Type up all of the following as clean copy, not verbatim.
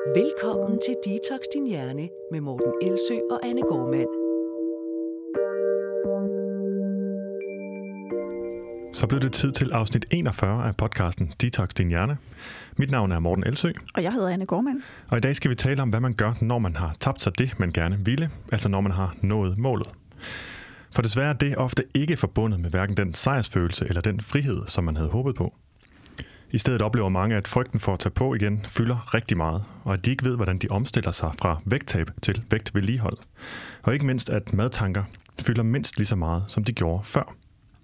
Velkommen til Detox Din Hjerne med Morten Elsø og Anne Gormand. Så blev det tid til afsnit 41 af podcasten Detox Din Hjerne. Mit navn er Morten Elsø. Og jeg hedder Anne Gormand. Og i dag skal vi tale om, hvad man gør, når man har tabt sig det, man gerne ville. Altså når man har nået målet. For desværre er det ofte ikke forbundet med hverken den sejrsfølelse eller den frihed, som man havde håbet på. I stedet oplever mange, at frygten for at tage på igen fylder rigtig meget, og at de ikke ved, hvordan de omstiller sig fra vægttab til vægtvedligehold. Og ikke mindst, at madtanker fylder mindst lige så meget, som de gjorde før.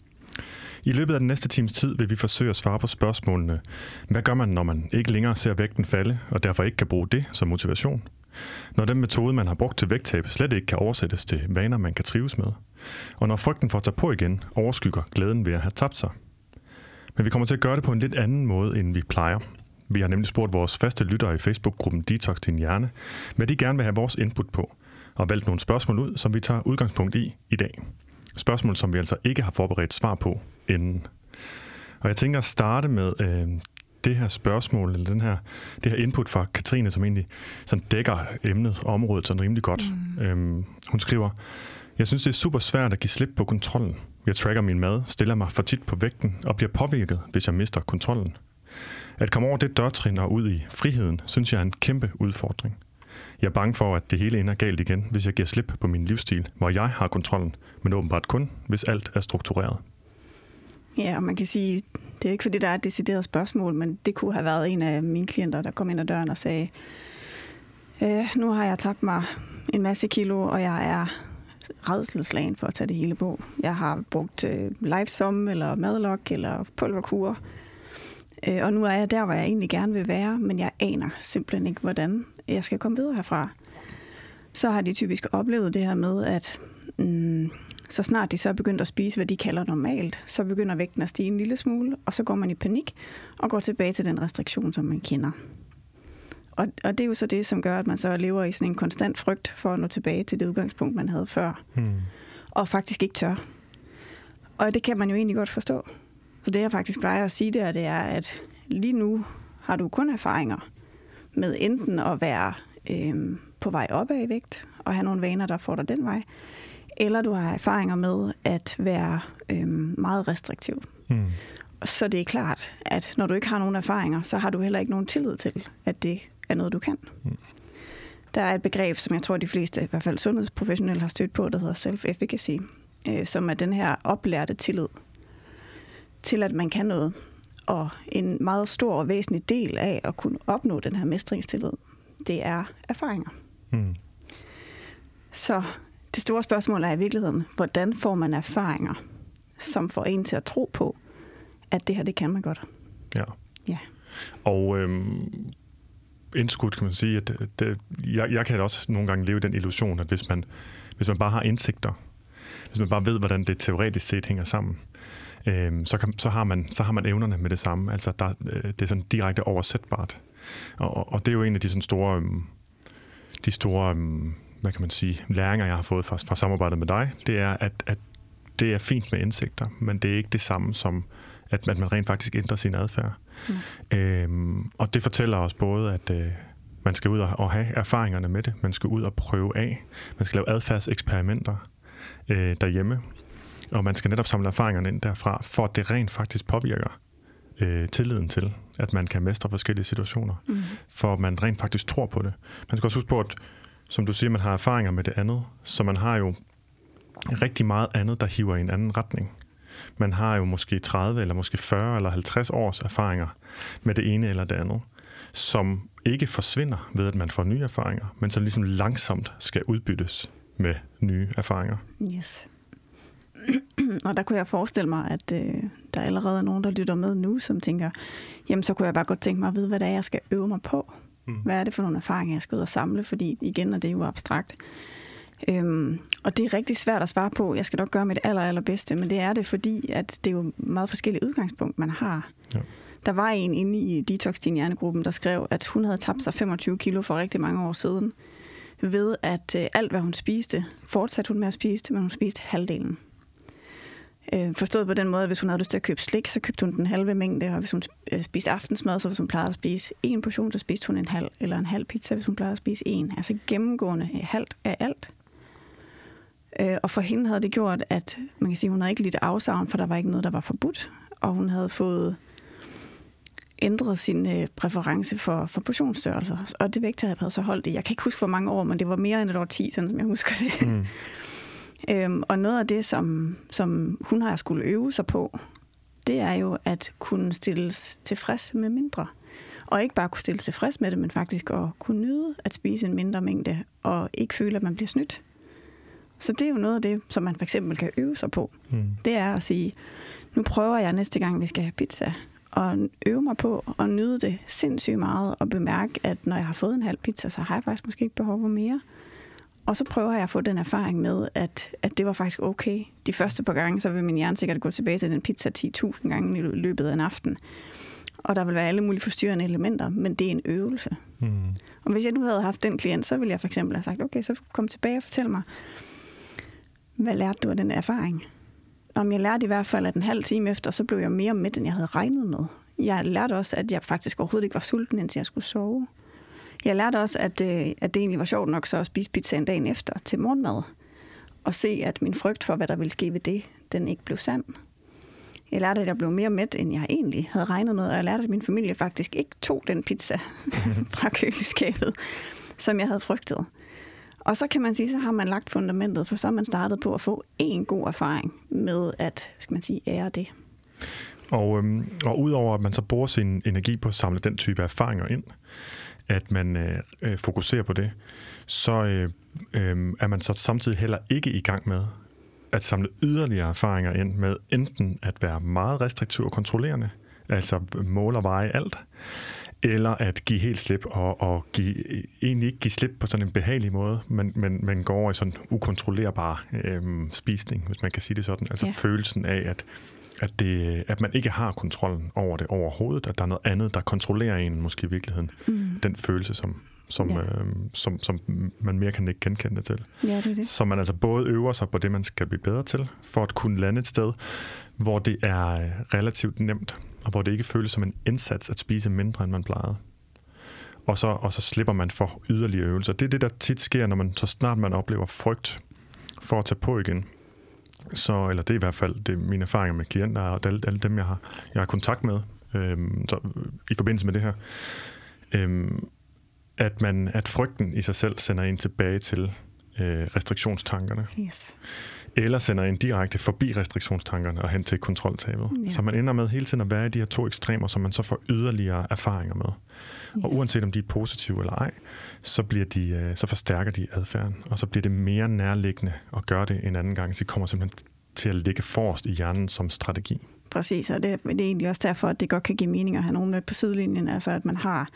I løbet af den næste times tid vil vi forsøge at svare på spørgsmålene: hvad gør man, når man ikke længere ser vægten falde, og derfor ikke kan bruge det som motivation? Når den metode, man har brugt til vægttab, slet ikke kan oversættes til vaner, man kan trives med? Og når frygten for at tage på igen overskygger glæden ved at have tabt sig? Men vi kommer til at gøre det på en lidt anden måde, end vi plejer. Vi har nemlig spurgt vores faste lyttere i Facebook-gruppen Detox Din Hjerne, hvad de gerne vil have vores input på, og valgt nogle spørgsmål ud, som vi tager udgangspunkt i dag. Spørgsmål, som vi altså ikke har forberedt svar på inden. Og jeg tænker at starte med det her spørgsmål, eller det her input fra Katrine, som egentlig sådan dækker emnet og området sådan rimelig godt. Hun skriver: jeg synes, det er super svært at give slip på kontrollen. Jeg tracker min mad, stiller mig for tit på vægten og bliver påvirket, hvis jeg mister kontrollen. At komme over det dørtrin og ud i friheden, synes jeg er en kæmpe udfordring. Jeg er bange for, at det hele ender galt igen, hvis jeg giver slip på min livsstil, hvor jeg har kontrollen, men åbenbart kun, hvis alt er struktureret. Ja, og man kan sige, det er ikke fordi, der er et decideret spørgsmål, men det kunne have været en af mine klienter, der kom ind ad døren og sagde: nu har jeg tabt mig en masse kilo, og jeg er rædselsslagen for at tage det hele på. Jeg har brugt Lifesum eller Madlok eller pulverkur, og nu er jeg der, hvor jeg egentlig gerne vil være, men jeg aner simpelthen ikke, hvordan jeg skal komme videre herfra. Så har de typisk oplevet det her med, at så snart de så er begyndt at spise, hvad de kalder normalt, så begynder vægten at stige en lille smule, og så går man i panik og går tilbage til den restriktion, som man kender. Og det er jo så det, som gør, at man så lever i sådan en konstant frygt for at nå tilbage til det udgangspunkt, man havde før. Og faktisk ikke tør. Og det kan man jo egentlig godt forstå. Så det, jeg faktisk plejer at sige det er, at lige nu har du kun erfaringer med enten at være på vej opad i vægt, og have nogle vaner, der får dig den vej, eller du har erfaringer med at være meget restriktiv. Så det er klart, at når du ikke har nogen erfaringer, så har du heller ikke nogen tillid til, at det er noget, du kan. Der er et begreb, som jeg tror, de fleste, i hvert fald sundhedsprofessionelle, har stødt på, der hedder self-efficacy, som er den her oplærte tillid til, at man kan noget. Og en meget stor og væsentlig del af at kunne opnå den her mestringstillid, det er erfaringer. Så det store spørgsmål er i virkeligheden, hvordan får man erfaringer, som får en til at tro på, at det her, det kan man godt. Ja. Og indskudt kan man sige, at jeg kan også nogle gange leve den illusion, at hvis man bare har indsigter, hvis man bare ved, hvordan det teoretisk set hænger sammen, så har man evnerne med det samme. Altså det er sådan direkte oversætbart. Og det er jo en af de sådan store hvad kan man sige, læringer, jeg har fået fra samarbejdet med dig, det er, at det er fint med indsigter, men det er ikke det samme som, at man rent faktisk ændrer sin adfærd. Og det fortæller os både, at man skal ud og have erfaringerne med det, man skal ud og prøve af, man skal lave adfærdseksperimenter derhjemme, og man skal netop samle erfaringerne ind derfra, for at det rent faktisk påvirker tilliden til, at man kan mestre forskellige situationer, for at man rent faktisk tror på det. Man skal også huske på, at som du siger, man har erfaringer med det andet, så man har jo rigtig meget andet, der hiver i en anden retning. Man har jo måske 30 eller måske 40 eller 50 års erfaringer med det ene eller det andet, som ikke forsvinder ved, at man får nye erfaringer, men som ligesom langsomt skal udbyttes med nye erfaringer. Yes. Og der kunne jeg forestille mig, at der allerede er nogen, der lytter med nu, som tænker, jamen så kunne jeg bare godt tænke mig at vide, hvad det er, jeg skal øve mig på. Hvad er det for nogle erfaringer, jeg skal ud og samle? Fordi igen er det jo abstrakt. Og det er rigtig svært at svare på. Jeg skal nok gøre mit allerbedste, men det er det, fordi at det er jo meget forskellige udgangspunkt, man har. Ja. Der var en inde i Detox Din Hjerne-gruppen, der skrev, at hun havde tabt sig 25 kilo for rigtig mange år siden, ved at alt, hvad hun spiste, fortsatte hun med at spise det, men hun spiste halvdelen. Forstået på den måde, at hvis hun havde lyst til at købe slik, så købte hun den halve mængde, og hvis hun spiste aftensmad, så hvis hun plejede at spise 1 portion, så spiste hun en halv pizza, hvis hun plejede at spise 1. Altså gennemgående halvt af alt. Og for hende havde det gjort, at man kan sige, hun havde ikke lidt afsavn, for der var ikke noget, der var forbudt, og hun havde fået ændret sin præference for portionsstørrelser. Og det vægttab havde så holdt det. Jeg kan ikke huske, hvor mange år, men det var mere end et år 10, sådan som jeg husker det. Og noget af det, som hun har skulle øve sig på, det er jo at kunne stilles tilfreds med mindre. Og ikke bare kunne stilles tilfreds med det, men faktisk at kunne nyde at spise en mindre mængde, og ikke føle, at man bliver snydt. Så det er jo noget af det, som man for eksempel kan øve sig på. Det er at sige, nu prøver jeg næste gang, vi skal have pizza, og øve mig på at nyde det sindssygt meget, og bemærke, at når jeg har fået en halv pizza, så har jeg faktisk måske ikke behov for mere. Og så prøver jeg at få den erfaring med, at det var faktisk okay. De første par gange, så vil min hjerne sikkert gå tilbage til den pizza 10.000 gange i løbet af en aften. Og der vil være alle mulige forstyrrende elementer, men det er en øvelse. Og hvis jeg nu havde haft den klient, så ville jeg for eksempel have sagt, okay, så kom tilbage og fortæl mig, hvad lærte du af den erfaring? Om jeg lærte i hvert fald, at en halv time efter, så blev jeg mere mæt, end jeg havde regnet med. Jeg lærte også, at jeg faktisk overhovedet ikke var sulten, indtil jeg skulle sove. Jeg lærte også, at det egentlig var sjovt nok så at spise pizzaen dagen efter til morgenmad. Og se, at min frygt for, hvad der ville ske ved det, den ikke blev sand. Jeg lærte, at jeg blev mere mæt, end jeg egentlig havde regnet med. Og jeg lærte, at min familie faktisk ikke tog den pizza fra køleskabet, som jeg havde frygtet. Og så kan man sige, så har man lagt fundamentet, for så har man startet på at få en god erfaring med at, skal man sige, ære det. Og udover at man så bruger sin energi på at samle den type erfaringer ind, at man fokuserer på det, så er man så samtidig heller ikke i gang med at samle yderligere erfaringer ind med enten at være meget restriktiv og kontrollerende, altså måle og veje alt, eller at give helt slip og egentlig ikke give slip på sådan en behagelig måde, men gå over i sådan ukontrollerbar spisning, hvis man kan sige det sådan. Altså følelsen af, at man ikke har kontrollen over det overhovedet, at der er noget andet, der kontrollerer en måske i virkeligheden. Den følelse, som man mere kan ikke genkende det til. Ja, det er det. Så man altså både øver sig på det, man skal blive bedre til, for at kunne lande et sted, hvor det er relativt nemt, og hvor det ikke føles som en indsats at spise mindre, end man plejede. Og så slipper man for yderligere øvelser. Det er det, der tit sker, så snart man oplever frygt for at tage på igen. Så, eller det er i hvert fald det er mine erfaringer med klienter og alle dem, jeg har kontakt med i forbindelse med det her. At frygten i sig selv sender en tilbage til restriktionstankerne. Yes. Eller sender en direkte forbi restriktionstankerne og hen til kontroltabet. Ja. Så man ender med hele tiden at være i de her to ekstremer, som man så får yderligere erfaringer med. Yes. Og uanset om de er positive eller ej, så forstærker de adfærden, og så bliver det mere nærliggende at gøre det en anden gang. Så det kommer simpelthen til at ligge forrest i hjernen som strategi. Præcis, og det er egentlig også derfor, at det godt kan give mening at have nogen med på sidelinjen, altså at man har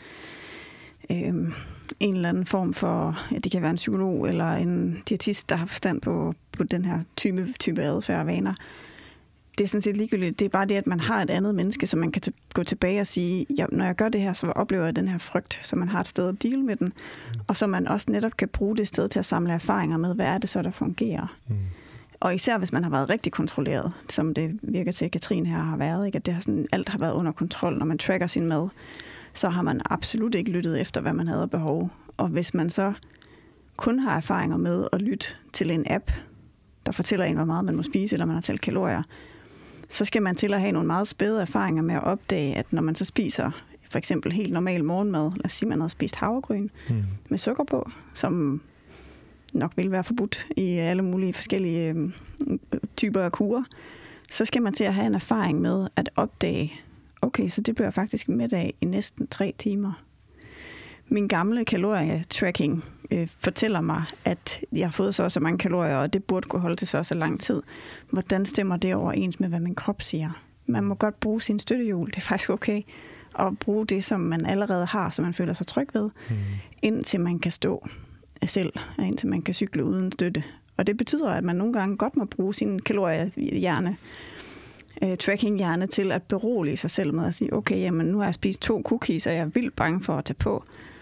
en eller anden form for, det kan være en psykolog eller en diætist, der har forstand på den her type adfærd og vaner. Det er sådan set ligegyldigt. Det er bare det, at man har et andet menneske, så man kan gå tilbage og sige, når jeg gør det her, så oplever jeg den her frygt, så man har et sted at deal med den, og så man også netop kan bruge det sted til at samle erfaringer med, hvad er det så, der fungerer. Og især hvis man har været rigtig kontrolleret, som det virker til, at Katrin her har været, ikke? At det har sådan, alt har været under kontrol, når man tracker sin mad, så har man absolut ikke lyttet efter, hvad man havde behov. Og hvis man så kun har erfaringer med at lytte til en app, der fortæller en, hvor meget man må spise, eller man har talt kalorier, så skal man til at have nogle meget spæde erfaringer med at opdage, at når man så spiser for eksempel helt normal morgenmad, lad os sige, man har spist havregryn med sukker på, som nok vil være forbudt i alle mulige forskellige typer af kurer, så skal man til at have en erfaring med at opdage, okay, så det bliver jeg faktisk mæt af i næsten 3 timer. Min gamle kalorietracking fortæller mig, at jeg har fået så mange kalorier, og det burde kunne holde til så lang tid. Hvordan stemmer det overens med, hvad min krop siger? Man må godt bruge sin støttehjul, det er faktisk okay, og bruge det, som man allerede har, som man føler sig tryg ved, indtil man kan stå selv, og indtil man kan cykle uden støtte. Og det betyder, at man nogle gange godt må bruge sin kaloriehjerne, tracking-hjerne til at berolige sig selv med at sige, okay, jamen nu har jeg spist 2 cookies, og jeg er vildt bange for at tage på.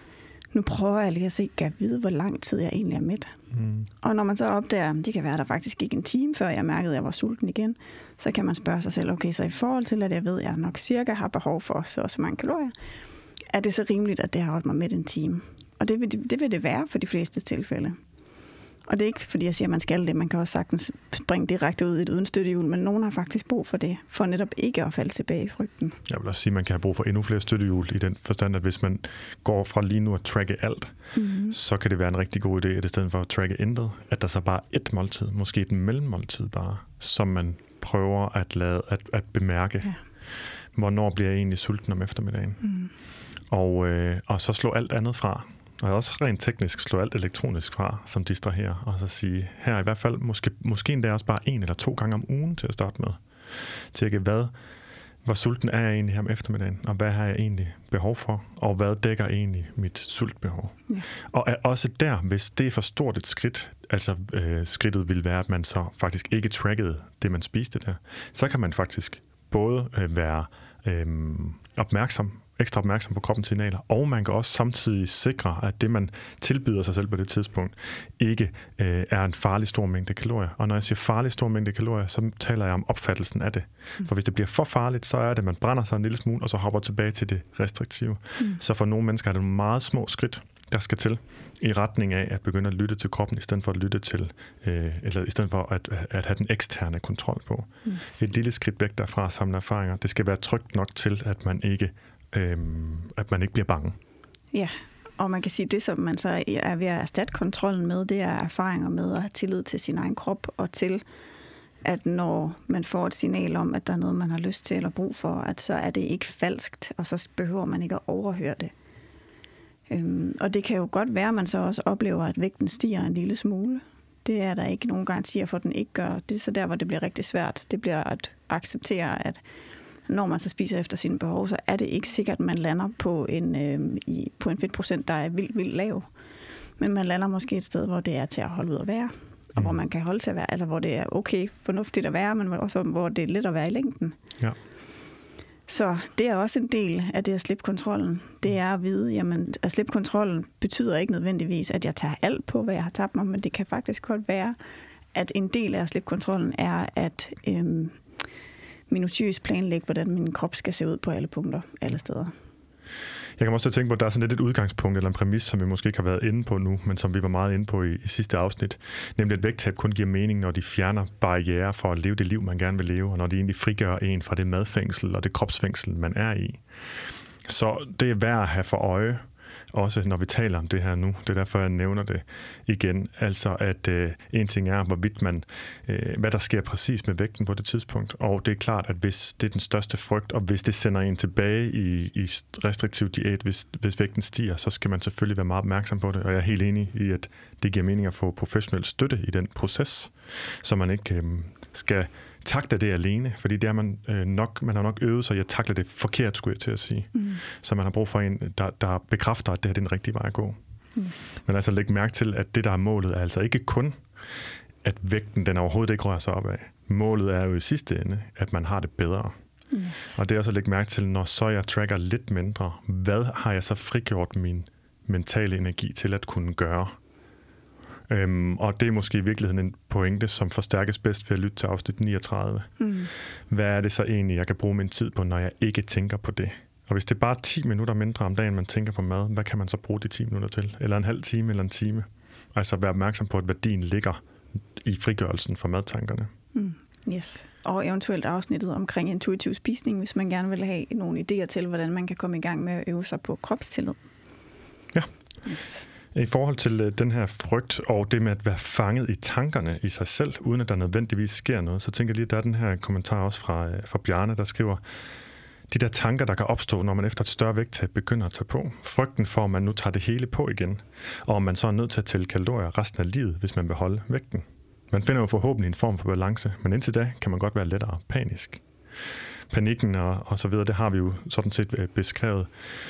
nu prøver jeg lige at se, kan jeg vide, hvor lang tid jeg egentlig er mæt. Og når man så opdager, det kan være, der faktisk ikke en time, før jeg mærkede, at jeg var sulten igen, så kan man spørge sig selv, okay, så i forhold til, at jeg ved, at jeg nok cirka har behov for så mange kalorier, er det så rimeligt, at det har holdt mig mæt en time? Og det vil det være for de fleste tilfælde. Og det er ikke, fordi jeg siger, at man skal det. Man kan også sagtens springe direkte ud i et uden støttehjul, men nogen har faktisk brug for det, for netop ikke at falde tilbage i frygten. Jeg vil også sige, at man kan have brug for endnu flere støttehjul i den forstand, at hvis man går fra lige nu at tracke alt, så kan det være en rigtig god idé, at i stedet for at tracke intet, at der så bare er et måltid, måske et mellemmåltid bare, som man prøver at bemærke. Hvornår bliver jeg egentlig sulten om eftermiddagen? Og så slå alt andet fra. Og også rent teknisk slå alt elektronisk fra, som distraherer, og så sige, her i hvert fald, måske endda også bare 1 eller 2 gange om ugen til at starte med. Tjekke, hvor sulten er jeg egentlig her om eftermiddagen, og hvad har jeg egentlig behov for, og hvad dækker egentlig mit sultbehov. Ja. Og også der, hvis det er for stort et skridt, altså skridtet vil være, at man så faktisk ikke trackede det, man spiste der, så kan man faktisk både være ekstra opmærksom på kroppens signaler, og man kan også samtidig sikre, at det, man tilbyder sig selv på det tidspunkt, ikke er en farlig stor mængde kalorier. Og når jeg siger farlig stor mængde kalorier, så taler jeg om opfattelsen af det. For hvis det bliver for farligt, så er det, at man brænder sig en lille smule, og så hopper tilbage til det restriktive. Så for nogle mennesker er det meget små skridt, der skal til i retning af at begynde at lytte til kroppen, i stedet for at lytte til, eller i stedet for at have den eksterne kontrol på. Et lille skridt væk derfra at samle erfaringer. Det skal være trygt nok til, at man ikke bliver bange. Ja, og man kan sige, det som man så er ved at erstatte kontrollen med, det er erfaringer med at have tillid til sin egen krop, og til, at når man får et signal om, at der er noget, man har lyst til eller brug for, at så er det ikke falskt, og så behøver man ikke at overhøre det. Og det kan jo godt være, at man så også oplever, at vægten stiger en lille smule. Det er der ikke nogen garantier for, at den ikke gør. Det er så der, hvor det bliver rigtig svært. Det bliver at acceptere, at når man så spiser efter sine behov, så er det ikke sikkert, at man lander på en fedtprocent, der er vildt lav. Men man lander måske et sted, hvor det er til at holde ud at være, og hvor man kan holde til at være, altså hvor det er okay, fornuftigt at være, men også hvor det er let at være i længden. Ja. Så det er også en del af det at slippe kontrollen. Det er at vide, jamen at slippe kontrollen betyder ikke nødvendigvis, at jeg tager alt på, hvad jeg har tabt mig, men det kan faktisk godt være, at en del af at slippe kontrollen er at minutiøst planlægge, hvordan min krop skal se ud på alle punkter, alle steder. Jeg kan også tænke på, at der er sådan lidt et udgangspunkt eller en præmis, som vi måske ikke har været inde på nu, men som vi var meget inde på i sidste afsnit. Nemlig, at vægttab kun giver mening, når de fjerner barrierer for at leve det liv, man gerne vil leve, og når de egentlig frigør en fra det madfængsel og det kropsfængsel, man er i. Så det er værd at have for øje, også når vi taler om det her nu. Det er derfor, jeg nævner det igen. Altså, at en ting er, hvorvidt hvad der sker præcis med vægten på det tidspunkt. Og det er klart, at hvis det er den største frygt, og hvis det sender en tilbage i restriktiv diæt, hvis vægten stiger, så skal man selvfølgelig være meget opmærksom på det. Og jeg er helt enig i, at det giver mening at få professionel støtte i den proces, så man ikke skal takle det alene, fordi det er man har nok øvet sig i at takle det forkert, skulle jeg til at sige. Så man har brug for en, der bekræfter, at det her er den rigtige vej at gå. Yes. Men altså læg mærke til, at det, der er målet, er altså ikke kun, at vægten den overhovedet ikke rører sig opad. Målet er jo i sidste ende, at man har det bedre. Yes. Og det er også at lægge mærke til, når så jeg tracker lidt mindre, hvad har jeg så frigjort min mentale energi til at kunne gøre? Og det er måske i virkeligheden en pointe, som forstærkes bedst ved at lytte til afsnit 39. Hvad er det så egentlig, jeg kan bruge min tid på, når jeg ikke tænker på det? Og hvis det er bare 10 minutter mindre om dagen, man tænker på mad, hvad kan man så bruge de 10 minutter til? Eller en halv time eller en time? Altså være opmærksom på, at værdien ligger i frigørelsen for madtankerne. Yes. Og eventuelt afsnittet omkring intuitiv spisning, hvis man gerne vil have nogle idéer til, hvordan man kan komme i gang med at øve sig på kropstillid. Ja. Yes. I forhold til den her frygt og det med at være fanget i tankerne i sig selv, uden at der nødvendigvis sker noget, så tænker jeg lige, at der er den her kommentar også fra Bjarne, der skriver, de der tanker, der kan opstå, når man efter et større vægttab begynder at tage på. Frygten for, at man nu tager det hele på igen, og om man så er nødt til at tælle kalorier resten af livet, hvis man vil holde vægten. Man finder jo forhåbentlig en form for balance, men indtil da kan man godt være lettere panisk. Panikken og så videre, det har vi jo sådan set beskrevet.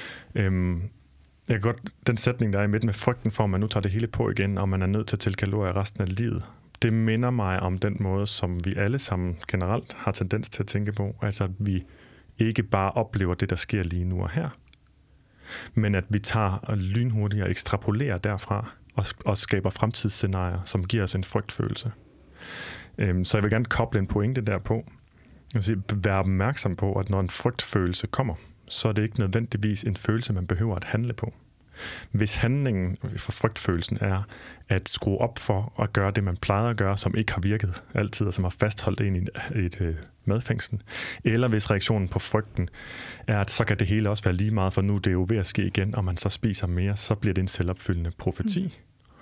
Jeg kan godt, den sætning, der er i midten med frygten for, at man nu tager det hele på igen, og man er nødt til at tælle kalorier resten af livet, det minder mig om den måde, som vi alle sammen generelt har tendens til at tænke på. Altså, at vi ikke bare oplever det, der sker lige nu og her, men at vi tager lynhurtigt og ekstrapolerer derfra og skaber fremtidsscenarier, som giver os en frygtfølelse. Så jeg vil gerne koble en pointe derpå. Vær opmærksom på, at når en frygtfølelse kommer, så er det ikke nødvendigvis en følelse, man behøver at handle på. Hvis handlingen for frygtfølelsen er at skrue op for at gøre det, man plejede at gøre, som ikke har virket altid, og som har fastholdt en i et madfængsel, eller hvis reaktionen på frygten er, at så kan det hele også være lige meget, for nu det er jo ved at ske igen, og man så spiser mere, så bliver det en selvopfyldende profeti.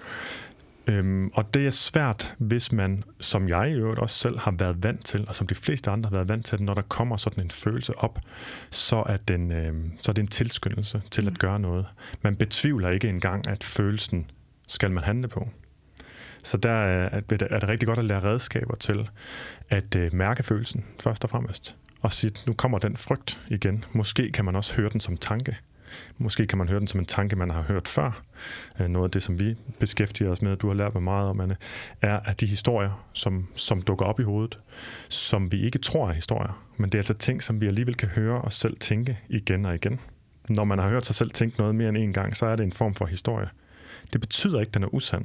Og det er svært, hvis man, som jeg i øvrigt også selv har været vant til, og som de fleste andre har været vant til, når der kommer sådan en følelse op, så er det en tilskyndelse til at gøre noget. Man betvivler ikke engang, at følelsen skal man handle på. Så der er det rigtig godt at lære redskaber til at mærke følelsen først og fremmest. Og sige, nu kommer den frygt igen. Måske kan man også høre den som tanke. Måske kan man høre den som en tanke, man har hørt før. Noget af det, som vi beskæftiger os med, du har lært mig meget om, Anne, er at de historier, som dukker op i hovedet, som vi ikke tror er historier. Men det er altså ting, som vi alligevel kan høre os selv tænke igen og igen. Når man har hørt sig selv tænke noget mere end en gang, så er det en form for historie. Det betyder ikke, at den er usand.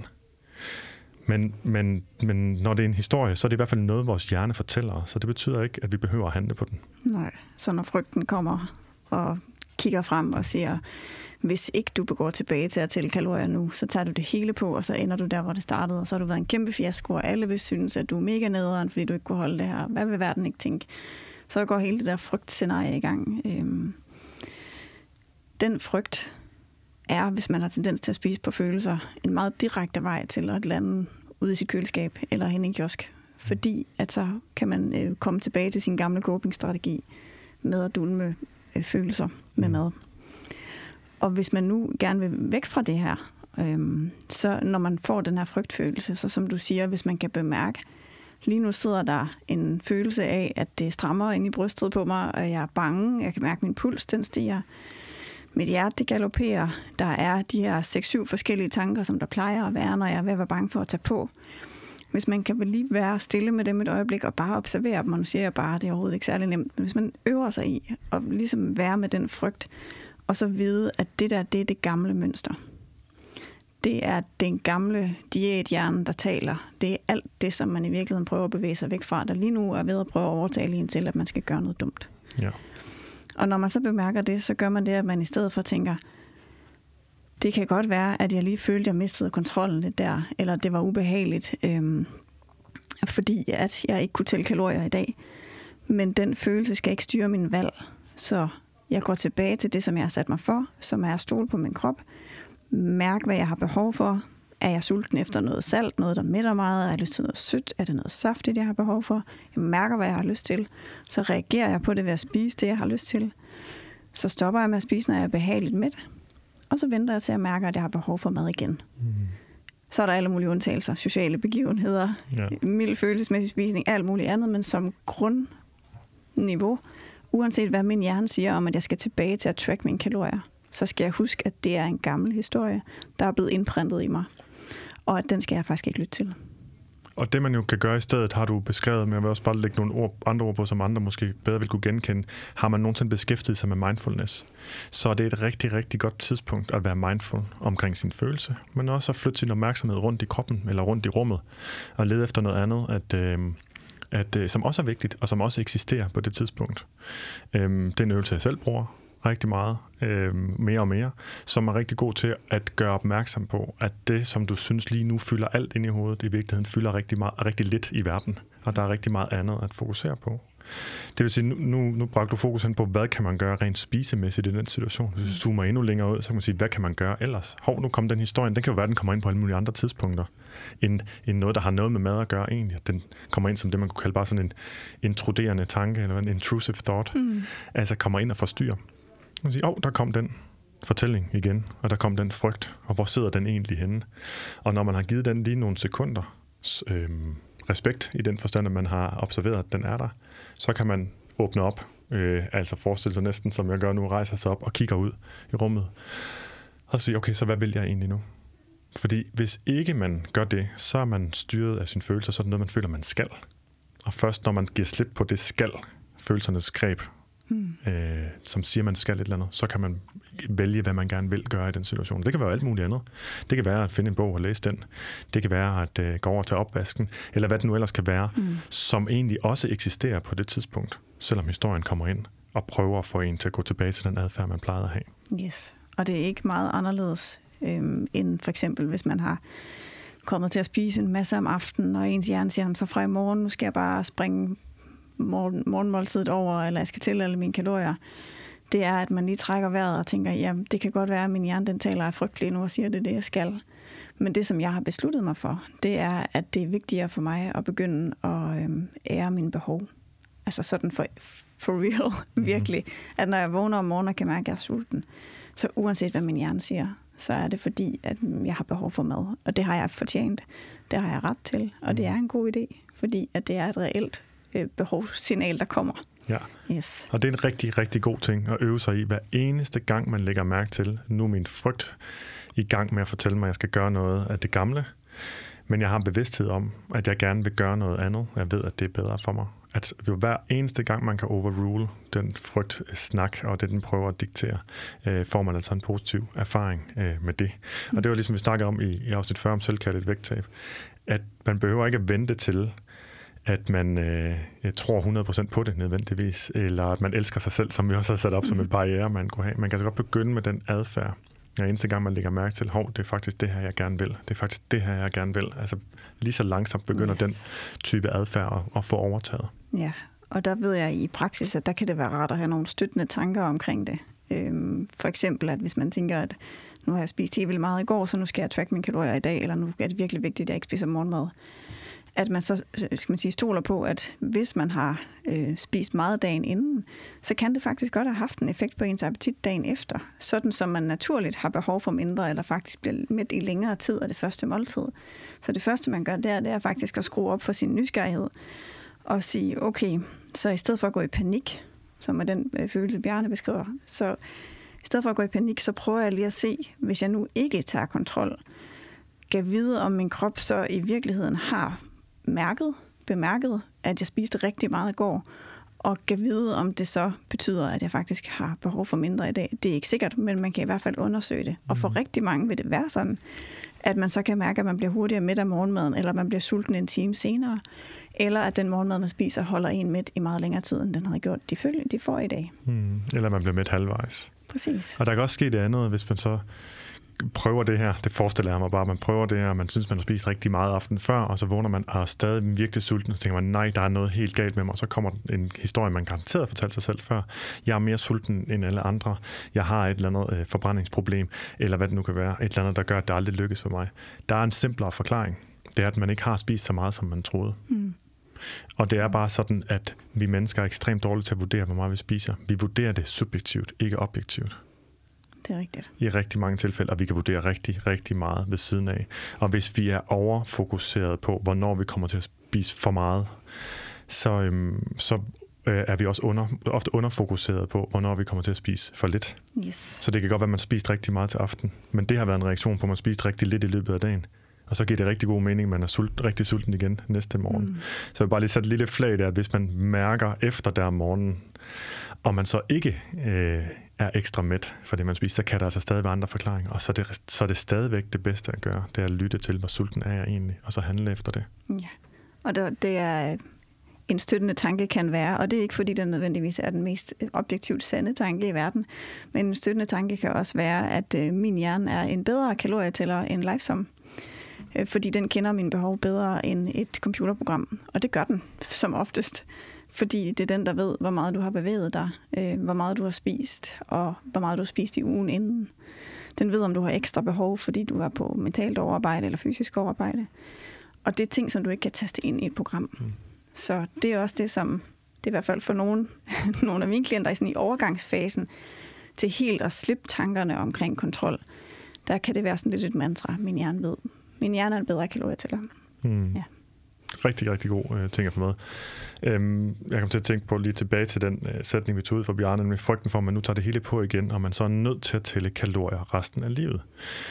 Men når det er en historie, så er det i hvert fald noget, vores hjerne fortæller os. Så det betyder ikke, at vi behøver at handle på den. Nej, så når frygten kommer og kigger frem og siger, hvis ikke du begår tilbage til at tælle kalorier nu, så tager du det hele på, og så ender du der, hvor det startede, og så har du været en kæmpe fiasko, og alle vil synes, at du er mega nederen, fordi du ikke kunne holde det her. Hvad vil verden ikke tænke? Så går hele det der frygtscenarie i gang. Den frygt er, hvis man har tendens til at spise på følelser, en meget direkte vej til at lande ude i sit køleskab eller hen i en kiosk. Fordi at så kan man komme tilbage til sin gamle copingstrategi med at dulme følelser med mad. Og hvis man nu gerne vil væk fra det her, så når man får den her frygtfølelse, så som du siger, hvis man kan bemærke, lige nu sidder der en følelse af, at det strammer ind i brystet på mig, og jeg er bange, jeg kan mærke min puls, den stiger. Mit hjerte, det galopperer. Der er de her 6-7 forskellige tanker, som der plejer at være, når jeg er ved at være bange for at tage på. Hvis man kan lige være stille med dem et øjeblik og bare observere dem, og nu siger jeg bare, det er overhovedet ikke særlig nemt, men hvis man øver sig i at ligesom være med den frygt, og så vide, at det der, det er det gamle mønster. Det er den gamle diæthjerne, der taler. Det er alt det, som man i virkeligheden prøver at bevæge sig væk fra, der lige nu er ved at prøve at overtale en til, at man skal gøre noget dumt. Ja. Og når man så bemærker det, så gør man det, at man i stedet for tænker, det kan godt være, at jeg lige følte, at jeg mistede kontrollen lidt der, eller det var ubehageligt, fordi at jeg ikke kunne tælle kalorier i dag. Men den følelse skal ikke styre min valg, så jeg går tilbage til det, som jeg har sat mig for, som er at stole på min krop, mærke, hvad jeg har behov for. Er jeg sulten efter noget salt, noget, der mætter meget? Er jeg lyst til noget sødt? Er det noget saftigt, jeg har behov for? Jeg mærker, hvad jeg har lyst til. Så reagerer jeg på det ved at spise det, jeg har lyst til. Så stopper jeg med at spise, når jeg er behageligt mæt. Og så venter jeg til at mærke, at jeg har behov for mad igen. Så er der alle mulige undtagelser. Sociale begivenheder, mild følelsesmæssig spisning, alt muligt andet. Men som grundniveau, uanset hvad min hjerne siger om, at jeg skal tilbage til at track mine kalorier, så skal jeg huske, at det er en gammel historie, der er blevet indprintet i mig. Og at den skal jeg faktisk ikke lytte til. Og det, man jo kan gøre i stedet, har du beskrevet, men jeg vil også bare lægge nogle andre ord på, som andre måske bedre vil kunne genkende. Har man nogensinde beskæftiget sig med mindfulness, så er det et rigtig, rigtig godt tidspunkt at være mindful omkring sin følelse, men også at flytte sin opmærksomhed rundt i kroppen eller rundt i rummet og lede efter noget andet, som også er vigtigt og som også eksisterer på det tidspunkt. Det er en øvelse, jeg selv bruger rigtig meget, mere og mere, som er rigtig god til at gøre opmærksom på, at det, som du synes lige nu fylder alt ind i hovedet, i virkeligheden fylder rigtig lidt i verden, og der er rigtig meget andet at fokusere på. Det vil sige, nu bragte du fokus hen på, hvad kan man gøre rent spisemæssigt i den situation. Hvis du zoomer endnu længere ud, så kan man sige, hvad kan man gøre ellers? Nu kom den historie, den kan jo være, den kommer ind på alle mulige andre tidspunkter, end noget, der har noget med mad at gøre egentlig. Den kommer ind som det, man kunne kalde bare sådan en intruderende tanke, eller en intrusive thought. Altså kommer ind og forstyrrer. Man siger, der kom den fortælling igen, og der kom den frygt, og hvor sidder den egentlig henne? Og når man har givet den lige nogle sekunder respekt i den forstand, at man har observeret, at den er der, så kan man åbne op, altså forestille sig næsten, som jeg gør nu, rejser sig op og kigger ud i rummet, og sige, okay, så hvad vil jeg egentlig nu? Fordi hvis ikke man gør det, så er man styret af sine følelser, så er det noget, man føler, man skal. Og først når man giver slip på det skal, følelsernes greb, som siger, man skal et eller andet, så kan man vælge, hvad man gerne vil gøre i den situation. Det kan være alt muligt andet. Det kan være at finde en bog og læse den. Det kan være at gå over til opvasken, eller hvad det nu ellers kan være, som egentlig også eksisterer på det tidspunkt, selvom historien kommer ind og prøver at få en til at gå tilbage til den adfærd, man plejede at have. Yes, og det er ikke meget anderledes end for eksempel, hvis man har kommet til at spise en masse om aftenen, og ens hjerne siger, så fra i morgen, nu skal jeg bare springe morgenmåltidet over, eller jeg skal tælle alle mine kalorier. Det er, at man lige trækker vejret og tænker, ja, det kan godt være, at min hjerne den taler af frygt lige nu og siger, det er det, jeg skal. Men det, som jeg har besluttet mig for, det er, at det er vigtigere for mig at begynde at ære mine behov. Altså sådan for real, virkelig. At når jeg vågner om morgenen og kan mærke, at jeg er sulten, så uanset hvad min hjerne siger, så er det fordi, at jeg har behov for mad. Og det har jeg fortjent. Det har jeg ret til. Og det er en god idé, fordi at det er et reelt behovssignal, der kommer. Ja, yes. Og det er en rigtig, rigtig god ting at øve sig i. Hver eneste gang, man lægger mærke til, nu er min frygt i gang med at fortælle mig, at jeg skal gøre noget af det gamle, men jeg har en bevidsthed om, at jeg gerne vil gøre noget andet. Jeg ved, at det er bedre for mig. At hver eneste gang, man kan overrule den frygtsnak, og det, den prøver at diktere, får man altså en positiv erfaring med det. Og det var ligesom, vi snakkede om i afsnit 40 om selvkærligt vægttab, at man behøver ikke at vente til, at man tror 100% på det nødvendigvis, eller at man elsker sig selv, som vi også har sat op som en barriere, man kunne have. Man kan så godt begynde med den adfærd. Ja, eneste gang, man lægger mærke til, det er faktisk det her, jeg gerne vil. Det er faktisk det her, jeg gerne vil. Altså lige så langsomt begynder den type adfærd at få overtaget. Ja, og der ved jeg i praksis, at der kan det være rart at have nogle støttende tanker omkring det. For eksempel, at hvis man tænker, at nu har jeg spist helt vildt meget i går, så nu skal jeg track mine kalorier i dag, eller nu er det virkelig vigtigt, at jeg ikke spiser morgenmad. At man så, stoler på, at hvis man har spist meget dagen inden, så kan det faktisk godt have haft en effekt på ens appetit dagen efter. Sådan som man naturligt har behov for mindre, eller faktisk bliver midt i længere tid af det første måltid. Så det første, man gør, det er faktisk at skrue op for sin nysgerrighed, og sige, okay, så i stedet for at gå i panik, som er den følelse, Bjarne beskriver, så i stedet for at gå i panik, så prøver jeg lige at se, hvis jeg nu ikke tager kontrol, kan vide, om min krop så i virkeligheden har bemærket, at jeg spiste rigtig meget i går, og kan vide, om det så betyder, at jeg faktisk har behov for mindre i dag. Det er ikke sikkert, men man kan i hvert fald undersøge det. Og for rigtig mange vil det være sådan, at man så kan mærke, at man bliver hurtigere midt af morgenmaden, eller man bliver sulten en time senere, eller at den morgenmad, man spiser, holder en midt i meget længere tid, end den havde gjort de får i dag. Eller man bliver midt halvvejs. Præcis. Og der kan også ske det andet, hvis man så prøver det her, det forestiller jeg mig bare, man prøver det her, man synes, man har spist rigtig meget aften før, og så vågner man og er stadig virkelig sulten, og så tænker man, nej, der er noget helt galt med mig, og så kommer en historie, man garanteret har fortalt sig selv før. Jeg er mere sulten end alle andre. Jeg har et eller andet forbrændingsproblem, eller hvad det nu kan være, et eller andet, der gør, at det aldrig lykkes for mig. Der er en simplere forklaring. Det er, at man ikke har spist så meget, som man troede. Og det er bare sådan, at vi mennesker er ekstremt dårlige til at vurdere, hvor meget vi spiser. Vi vurderer det subjektivt, ikke objektivt. Det er rigtigt. I rigtig mange tilfælde, og vi kan vurdere rigtig, rigtig meget ved siden af. Og hvis vi er overfokuseret på, hvornår vi kommer til at spise for meget, så er vi også ofte underfokuseret på, hvornår vi kommer til at spise for lidt. Yes. Så det kan godt være, at man spiste rigtig meget til aften, men det har været en reaktion på, at man spiste rigtig lidt i løbet af dagen. Og så giver det rigtig god mening, at man er rigtig sulten igen næste morgen. Så jeg vil bare lige sætte et lille flag der, at hvis man mærker efter der om morgenen, og man så ikke er ekstra mæt for det, man spiser, så kan der altså stadig være andre forklaringer. Og så er det stadigvæk det bedste at gøre, det er at lytte til, hvor sulten er jeg egentlig, og så handle efter det. Ja, og det er en støttende tanke kan være, og det er ikke fordi, den nødvendigvis er den mest objektivt sande tanke i verden, men en støttende tanke kan også være, at min hjerne er en bedre kalorietæller end Lifesum. Fordi den kender mine behov bedre end et computerprogram. Og det gør den som oftest. Fordi det er den, der ved, hvor meget du har bevæget dig, hvor meget du har spist, og hvor meget du har spist i ugen inden. Den ved, om du har ekstra behov, fordi du er på mentalt overarbejde eller fysisk overarbejde. Og det er ting, som du ikke kan taste ind i et program. Så det er også det, som det er i hvert fald for nogle af mine klienter i sådan i overgangsfasen til helt at slippe tankerne omkring kontrol. Der kan det være sådan lidt et mantra, min hjerne ved. Min hjerne er en bedre kalorietæller. Ja. Rigtig, rigtig god ting at få med. Jeg kom til at tænke på lige tilbage til den sætning, vi tog ud fra Bjarne, med frygten for, at man nu tager det hele på igen, og man så er nødt til at tælle kalorier resten af livet.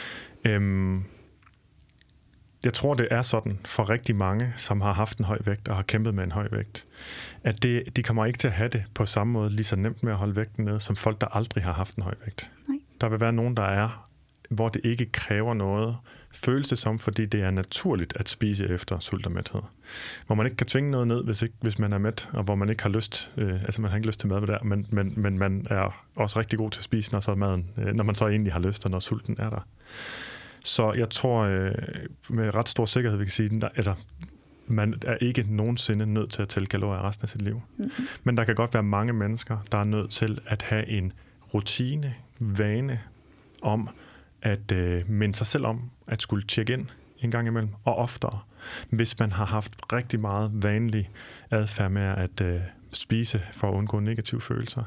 Jeg tror, det er sådan for rigtig mange, som har haft en høj vægt og har kæmpet med en høj vægt, at de kommer ikke til at have det på samme måde lige så nemt med at holde vægten nede, som folk, der aldrig har haft en høj vægt. Nej. Der vil være nogen, hvor det ikke kræver noget, føles det som, fordi det er naturligt at spise efter sult og mæthed. Hvor man ikke kan tvinge noget ned, hvis man er mæt, og hvor man ikke har lyst, man har ikke lyst til mad der, men man er også rigtig god til at spise, når man så egentlig har lyst, og når sulten er der. Så jeg tror med ret stor sikkerhed, vi kan sige, man er ikke nogensinde nødt til at tælle kalorier resten af sit liv. Mm-hmm. Men der kan godt være mange mennesker, der er nødt til at have en rutine, vane om at minde sig selv om at skulle tjekke ind en gang imellem, og oftere, hvis man har haft rigtig meget vanlig adfærd med at spise for at undgå negative følelser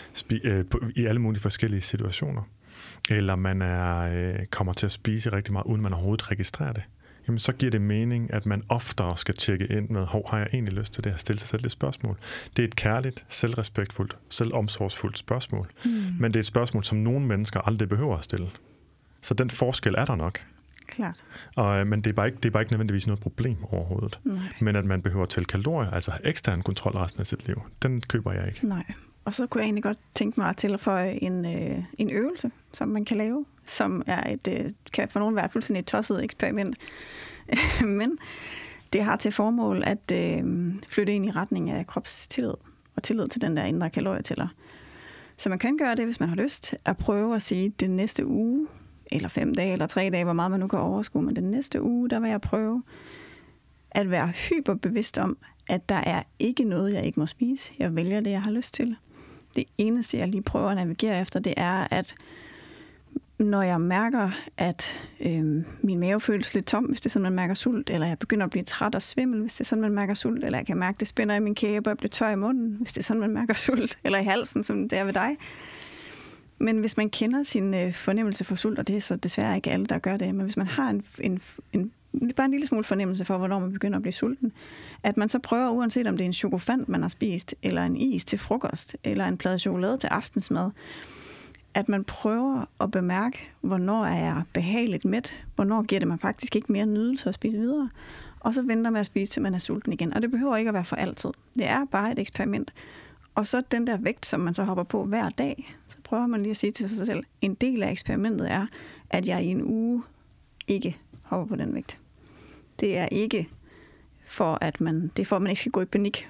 i alle mulige forskellige situationer, eller man kommer til at spise rigtig meget, uden man overhovedet registrerer det, jamen så giver det mening, at man oftere skal tjekke ind med, har jeg egentlig lyst til det, at stille sig selv et spørgsmål. Det er et kærligt, selvrespektfuldt, selvomsorgsfuldt spørgsmål, men det er et spørgsmål, som nogle mennesker aldrig behøver at stille. Så den forskel er der nok. Klart. Men det er bare ikke nødvendigvis noget problem overhovedet. Nej. Men at man behøver at tælle kalorier, altså have ekstern kontrol resten af sit liv, den køber jeg ikke. Nej. Og så kunne jeg egentlig godt tænke mig at tilføje en øvelse, som man kan lave, som er kan for nogen være fuldstændig et tosset eksperiment. Men det har til formål at flytte ind i retning af kropstillid og tillid til den der indre kalorietæller. Så man kan gøre det, hvis man har lyst, at prøve at sige, den næste uge, eller 5 dage, eller 3 dage, hvor meget man nu kan overskue, men den næste uge, der vil jeg prøve at være hyperbevidst om, at der er ikke noget, jeg ikke må spise. Jeg vælger det, jeg har lyst til. Det eneste, jeg lige prøver at navigere efter, det er, at når jeg mærker, at min mave føles lidt tom, hvis det er sådan, man mærker sult, eller jeg begynder at blive træt og svimmel, hvis det er sådan, man mærker sult, eller jeg kan mærke, det spænder i min kæbe, og jeg bliver tør i munden, hvis det er sådan, man mærker sult, eller i halsen, som det er ved dig. Men hvis man kender sin fornemmelse for sult, og det er så desværre ikke alle, der gør det, men hvis man har bare en lille smule fornemmelse for, hvornår man begynder at blive sulten, at man så prøver, uanset om det er en chokofant, man har spist, eller en is til frokost, eller en plade chokolade til aftensmad, at man prøver at bemærke, hvornår er jeg behageligt mæt, hvornår giver det mig faktisk ikke mere nydelse at spise videre, og så venter man at spise, til man er sulten igen. Og det behøver ikke at være for altid. Det er bare et eksperiment. Og så den der vægt, som man så hopper på hver dag, så prøver man lige at sige til sig selv, en del af eksperimentet er, at jeg i en uge ikke hopper på den vægt. Det er ikke for, at man ikke skal gå i panik.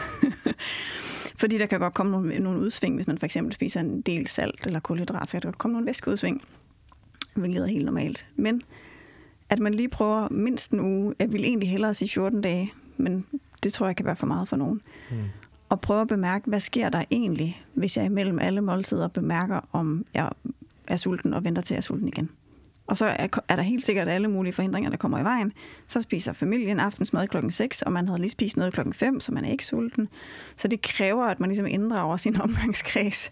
Fordi der kan godt komme nogle udsving, hvis man for eksempel spiser en del salt eller kulhydrat, så kan der godt komme nogle væskeudsving, hvilket er helt normalt. Men at man lige prøver mindst en uge, jeg vil egentlig hellere sige 14 dage, men det tror jeg kan være for meget for nogen. Og prøve at bemærke, hvad sker der egentlig, hvis jeg imellem alle måltider bemærker, om jeg er sulten og venter til at jeg er sulten igen. Og så er der helt sikkert alle mulige forhindringer, der kommer i vejen. Så spiser familien aftensmad klokken 6, og man havde lige spist noget klokken 5, så man er ikke sulten. Så det kræver, at man ligesom inddrager sin omgangskreds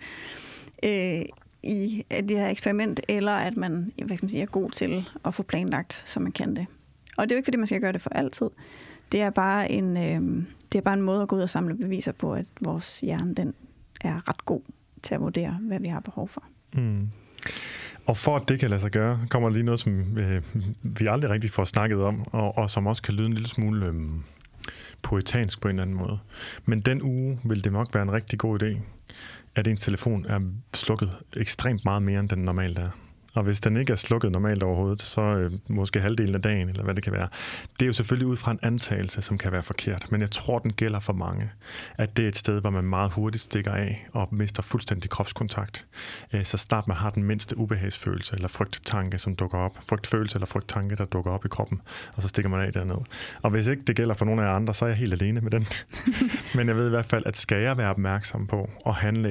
i det her eksperiment, eller at man er god til at få planlagt, så man kan det. Og det er jo ikke, fordi man skal gøre det for altid. Det er bare en måde at gå ud og samle beviser på, at vores hjerne den er ret god til at vurdere, hvad vi har behov for. Mm. Og for at det kan lade sig gøre, kommer lige noget, som vi aldrig rigtig får snakket om, og som også kan lyde en lille smule poetansk på en eller anden måde. Men den uge vil det nok være en rigtig god idé, at ens telefon er slukket ekstremt meget mere, end den normalt er. Og hvis den ikke er slukket normalt overhovedet, så måske halvdelen af dagen, eller hvad det kan være. Det er jo selvfølgelig ud fra en antagelse, som kan være forkert, men jeg tror, den gælder for mange. At det er et sted, hvor man meget hurtigt stikker af og mister fuldstændig kropskontakt. Så snart man har den mindste ubehagsfølelse eller frygttanke, som dukker op. Frygtfølelse eller frygttanke, der dukker op i kroppen, og så stikker man af dernede. Og hvis ikke det gælder for nogle af jer andre, så er jeg helt alene med den. Men jeg ved i hvert fald, at skal jeg være opmærksom på at handle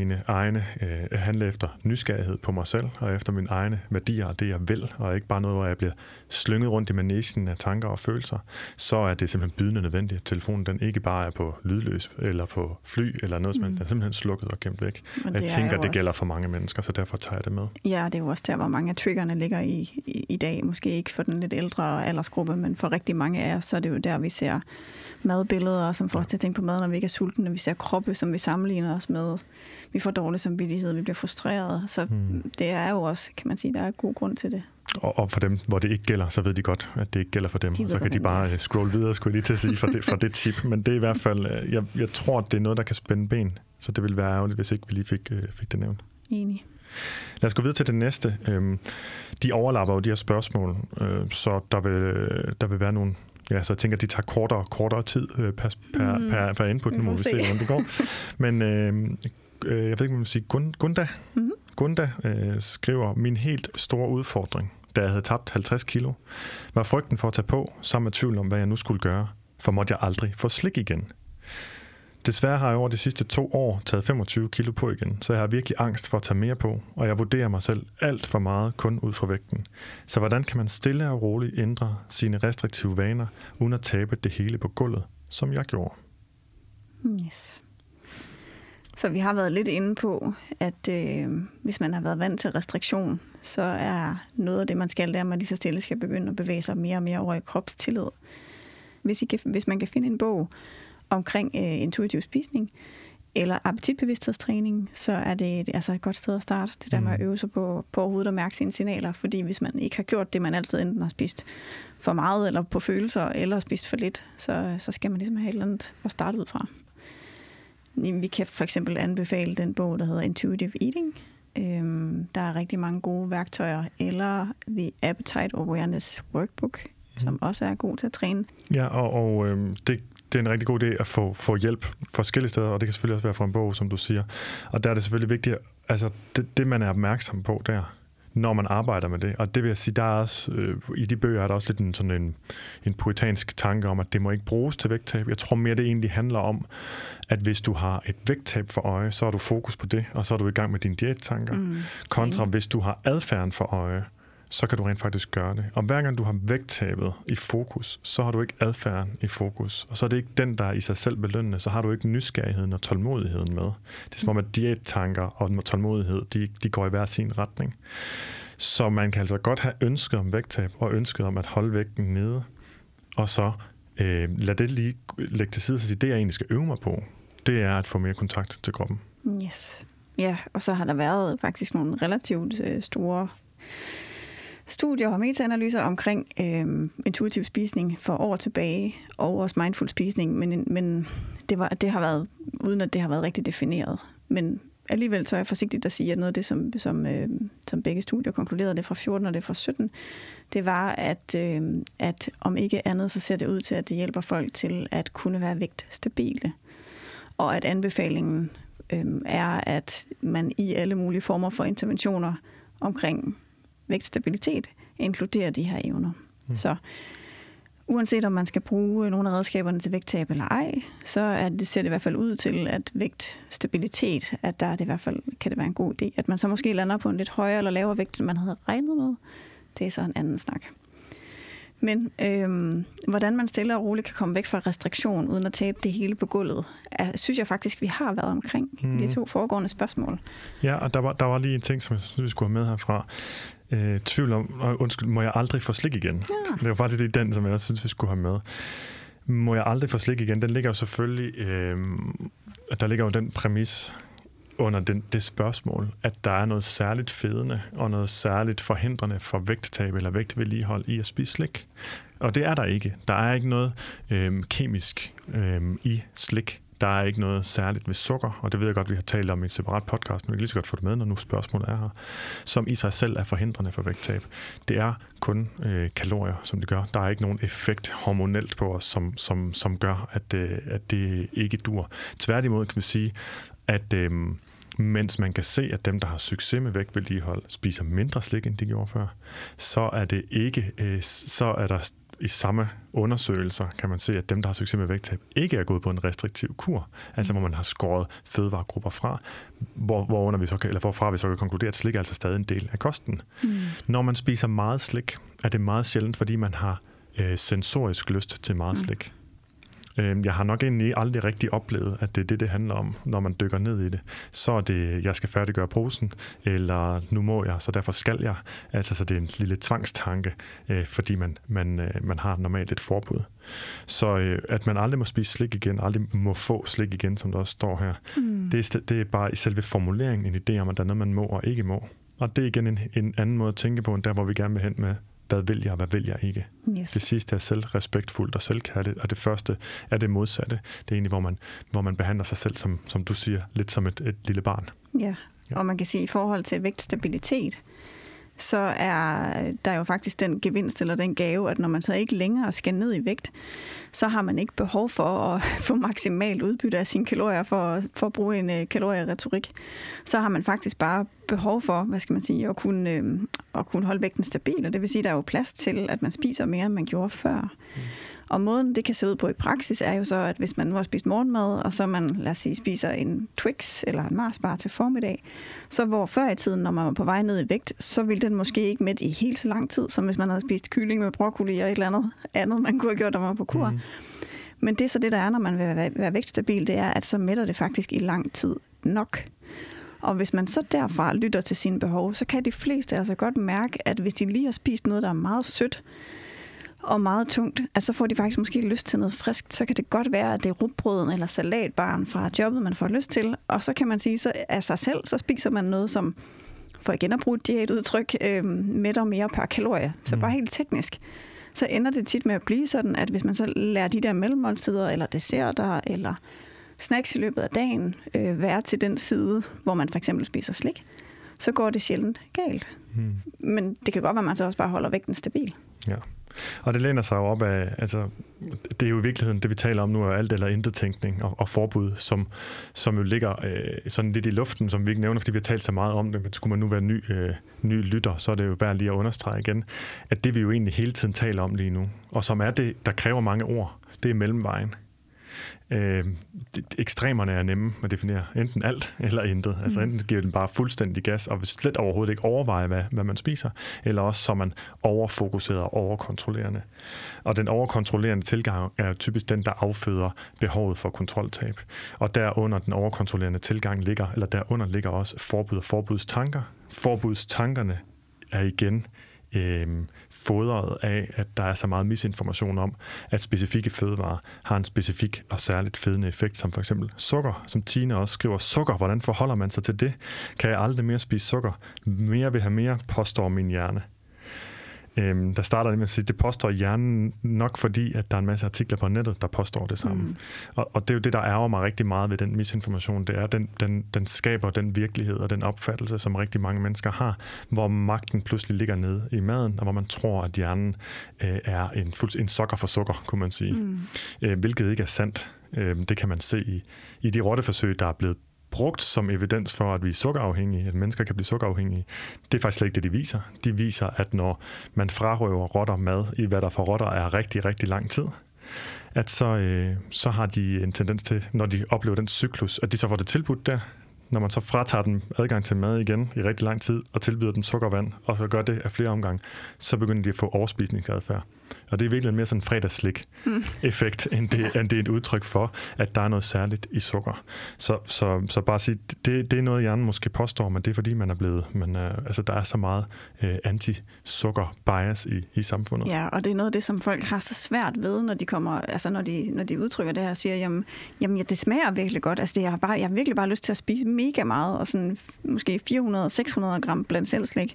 efter nysgerrighed på mig selv, og efter min egne værdier og det, jeg vil, og ikke bare noget, hvor jeg bliver slynget rundt i manesien af tanker og følelser, så er det simpelthen bydende nødvendigt, at telefonen den ikke bare er på lydløs, eller på fly, eller noget, som den er simpelthen slukket og gemt væk. Jeg tænker, det gælder for mange mennesker, så derfor tager jeg det med. Ja, det er jo også der, hvor mange af triggerne ligger i dag. Måske ikke for den lidt ældre aldersgruppe, men for rigtig mange af os, så er det jo der, vi ser madbilleder, som får os til at tænke på mad, når vi ikke er sultne, og vi ser kroppe, som vi sammenligner os med. Vi får dårlig samvittighed, vi bliver frustreret. Så det er jo også, kan man sige, der er god grund til det. Og for dem, hvor det ikke gælder, så ved de godt, at det ikke gælder for dem. Så kan de bare scrolle videre, skulle jeg lige til at sige, for det tip. Men det er i hvert fald, jeg tror, at det er noget, der kan spænde ben. Så det ville være ærgerligt, hvis ikke vi lige fik det nævnt. Enig. Lad os gå videre til det næste. De overlapper jo de her spørgsmål, så der vil være nogle... Ja, så jeg tænker, at de tager kortere tid per input. Nu må vi se, hvordan det går. Men jeg ved ikke, hvad man sige. Gunda skriver, min helt store udfordring, da jeg havde tabt 50 kilo, var frygten for at tage på, sammen med tvivl om, hvad jeg nu skulle gøre, for måtte jeg aldrig få slik igen. Desværre har jeg over de sidste 2 år taget 25 kilo på igen, så jeg har virkelig angst for at tage mere på, og jeg vurderer mig selv alt for meget kun ud fra vægten. Så hvordan kan man stille og roligt ændre sine restriktive vaner, uden at tabe det hele på gulvet, som jeg gjorde? Yes. Så vi har været lidt inde på, at hvis man har været vant til restriktion, så er noget af det, man skal, der man lige så stille skal begynde at bevæge sig mere og mere over i kropstillid. Hvis man kan finde en bog omkring intuitiv spisning eller appetitbevidsthedstræning, så er det altså et godt sted at starte. Det der med at øve sig på overhovedet at mærke sine signaler, fordi hvis man ikke har gjort det, man altid enten har spist for meget eller på følelser, eller spist for lidt, så skal man ligesom have et eller andet at starte ud fra. Vi kan for eksempel anbefale den bog, der hedder Intuitive Eating. Der er rigtig mange gode værktøjer, eller The Appetite Awareness Workbook, som også er god til at træne. Ja, og det er en rigtig god idé at få hjælp forskellige steder, og det kan selvfølgelig også være fra en bog, som du siger. Og der er det selvfølgelig vigtigt, altså det man er opmærksom på der, når man arbejder med det. Og det vil jeg sige, der er også, i de bøger er der også lidt en puritansk tanke om, at det må ikke bruges til vægttab. Jeg tror mere, det egentlig handler om, at hvis du har et vægttab for øje, så har du fokus på det, og så er du i gang med dine diættanker. Kontra hvis du har adfærden for øje, så kan du rent faktisk gøre det. Og hver gang du har vægttabet i fokus, så har du ikke adfærden i fokus. Og så er det ikke den, der er i sig selv belønnende. Så har du ikke nysgerrigheden og tålmodigheden med. Det er som om, at diættanker og tålmodighed, de går i hver sin retning. Så man kan altså godt have ønsket om vægttab og ønsket om at holde vægten nede. Og så lad det lige lægge til side og sige, det jeg egentlig skal øve mig på, det er at få mere kontakt til kroppen. Yes. Ja, og så har der været faktisk nogle relativt store studier og metaanalyser omkring intuitiv spisning for år tilbage, og også mindful spisning, men det har været, uden at det har været rigtig defineret. Men alligevel så er jeg forsigtigt at sige, at noget af det, som begge studier konkluderede, det fra 14 og det fra 17, det var, at om ikke andet, så ser det ud til, at det hjælper folk til at kunne være vægtstabile. Og at anbefalingen er, at man i alle mulige former for interventioner omkring vægtstabilitet inkluderer de her evner. Så uanset om man skal bruge nogle af redskaberne til vægttab eller ej, så ser det i hvert fald ud til, at vægtstabilitet, at der det i hvert fald kan det være en god idé. At man så måske lander på en lidt højere eller lavere vægt, end man havde regnet med, det er så en anden snak. Men hvordan man stille og roligt kan komme væk fra restriktion, uden at tabe det hele på gulvet, synes jeg faktisk, vi har været omkring de 2 foregående spørgsmål. Ja, og der var lige en ting, som jeg synes, vi skulle have med herfra. Tvivl om, undskyld, må jeg aldrig få slik igen? Ja. Det var faktisk lige den, som jeg også synes, vi skulle have med. Må jeg aldrig få slik igen? Den ligger jo selvfølgelig, der ligger jo den præmis under det spørgsmål, at der er noget særligt fedende og noget særligt forhindrende for vægttab eller vægtvedligehold i at spise slik. Og det er der ikke. Der er ikke noget kemisk i slik. Der er ikke noget særligt ved sukker, og det ved jeg godt, vi har talt om i et separat podcast, men vi kan lige så godt få det med, når nu spørgsmålet er her, som i sig selv er forhindrende for vægttab. Det er kun kalorier, som det gør. Der er ikke nogen effekt hormonelt på os, som gør, at det ikke dur. Tværtimod kan vi sige, at mens man kan se, at dem, der har succes med vægtvedligehold, spiser mindre slik, end de gjorde før, så er det ikke, så er der i samme undersøgelser, kan man se, at dem, der har succes med vægttab, ikke er gået på en restriktiv kur, altså hvor man har skåret fødevaregrupper fra, hvorfra vi så kan konkludere, at slik er altså stadig en del af kosten. Når man spiser meget slik, er det meget sjældent, fordi man har sensorisk lyst til meget slik. Jeg har nok egentlig aldrig rigtig oplevet, at det er det handler om, når man dykker ned i det. Så er det, jeg skal færdiggøre posen, eller nu må jeg, så derfor skal jeg. Altså, så det er en lille tvangstanke, fordi man har normalt et forbud. Så at man aldrig må spise slik igen, aldrig må få slik igen, som der også står her, det er bare i selve formuleringen en idé om, at der er noget, man må og ikke må. Og det er igen en anden måde at tænke på, end der, hvor vi gerne vil hen med, hvad vil jeg, og hvad vil jeg ikke? Yes. Det sidste er selvrespektfuldt og selvkærligt, og det første er det modsatte. Det er egentlig, hvor man behandler sig selv, som du siger, lidt som et lille barn. Ja, Ja. Og man kan sige, at i forhold til vægtstabilitet, så er der jo faktisk den gevinst eller den gave, at når man så ikke længere skal ned i vægt, så har man ikke behov for at få maksimalt udbytte af sine kalorier for at bruge en kalorieretorik. Så har man faktisk bare behov for, at kunne holde vægten stabil, og det vil sige, at der er jo plads til, at man spiser mere, end man gjorde før. Og måden, det kan se ud på i praksis, er jo så, at hvis man nu har spist morgenmad, og så man, lad os sige, spiser en Twix eller en Mars bar til formiddag, så hvor før i tiden, når man var på vej ned i vægt, så ville den måske ikke mætte i helt så lang tid, som hvis man havde spist kylling med broccoli og et eller andet man kunne have gjort, når man var på kur. Men det er så det, der er, når man vil være vægtstabil, det er, at så mætter det faktisk i lang tid nok. Og hvis man så derfra lytter til sine behov, så kan de fleste altså godt mærke, at hvis de lige har spist noget, der er meget sødt, og meget tungt, altså så får de faktisk måske lyst til noget friskt. Så kan det godt være, at det er rugbrøden eller salatbaren fra jobbet, man får lyst til. Og så kan man sige, så af sig selv, så spiser man noget, som for igen at bruge et diætudtryk, mætter mere per kalorie. Så bare helt teknisk. Så ender det tit med at blive sådan, at hvis man så lærer de der mellemmåltider, eller desserter, eller snacks i løbet af dagen, være til den side, hvor man for eksempel spiser slik, så går det sjældent galt. Men det kan godt være, at man så også bare holder vægten stabil. Ja. Og det læner sig jo op af, altså det er jo i virkeligheden, det vi taler om nu, er alt eller intet tænkning og forbud, som jo ligger sådan lidt i luften, som vi ikke nævner, fordi vi har talt så meget om det, men skulle man nu være ny lytter, så er det jo værd lige at understrege igen, at det vi jo egentlig hele tiden taler om lige nu, og som er det, der kræver mange ord, det er mellemvejen. Ekstremerne er nemme at definere. Enten alt eller intet. Altså enten giver den bare fuldstændig gas, og slet overhovedet ikke overveje, hvad man spiser, eller også så man overfokuseret og overkontrollerende. Og den overkontrollerende tilgang er typisk den, der afføder behovet for kontroltab. Og derunder den overkontrollerende tilgang ligger også forbud og forbudstanker. Forbudstankerne er igen fodret af, at der er så meget misinformation om, at specifikke fødevarer har en specifik og særligt fedende effekt, som for eksempel sukker, som Tine også skriver. Sukker, hvordan forholder man sig til det? Kan jeg aldrig mere spise sukker? Mere vil have mere, påstår min hjerne. Der starter det med at sige, det påstår hjernen nok, fordi at der er en masse artikler på nettet, der påstår det samme. Og det er jo det, der ærger mig rigtig meget ved den misinformation. Det er, den skaber den virkelighed og den opfattelse, som rigtig mange mennesker har, hvor magten pludselig ligger nede i maden, og hvor man tror, at hjernen er en sokker for sukker, kunne man sige. Hvilket ikke er sandt. Det kan man se i de rotteforsøg, der er blevet brugt som evidens for, at vi er sukkerafhængige, at mennesker kan blive sukkerafhængige. Det er faktisk slet ikke det, de viser. De viser, at når man frarøver rotter mad i, hvad der for rotter er rigtig, rigtig lang tid, at så har de en tendens til, når de oplever den cyklus, at de så får det tilbudt der, når man så fratager dem adgang til mad igen i rigtig lang tid, og tilbyder dem sukkervand, og så gør det af flere omgange, så begynder de at få overspisningsadfærd. Og det er virkelig mere sådan en fredagsslik-effekt, end det er et udtryk for, at der er noget særligt i sukker. Så bare at sige, det er noget, hjernen måske påstår, men det er fordi, der er så meget anti-sukker-bias i samfundet. Ja, og det er noget af det, som folk har så svært ved, når de kommer, altså når de udtrykker det her og siger, jamen det smager virkelig godt. Altså jeg har virkelig bare lyst til at spise mega meget, og sådan måske 400-600 gram blandt selv slik.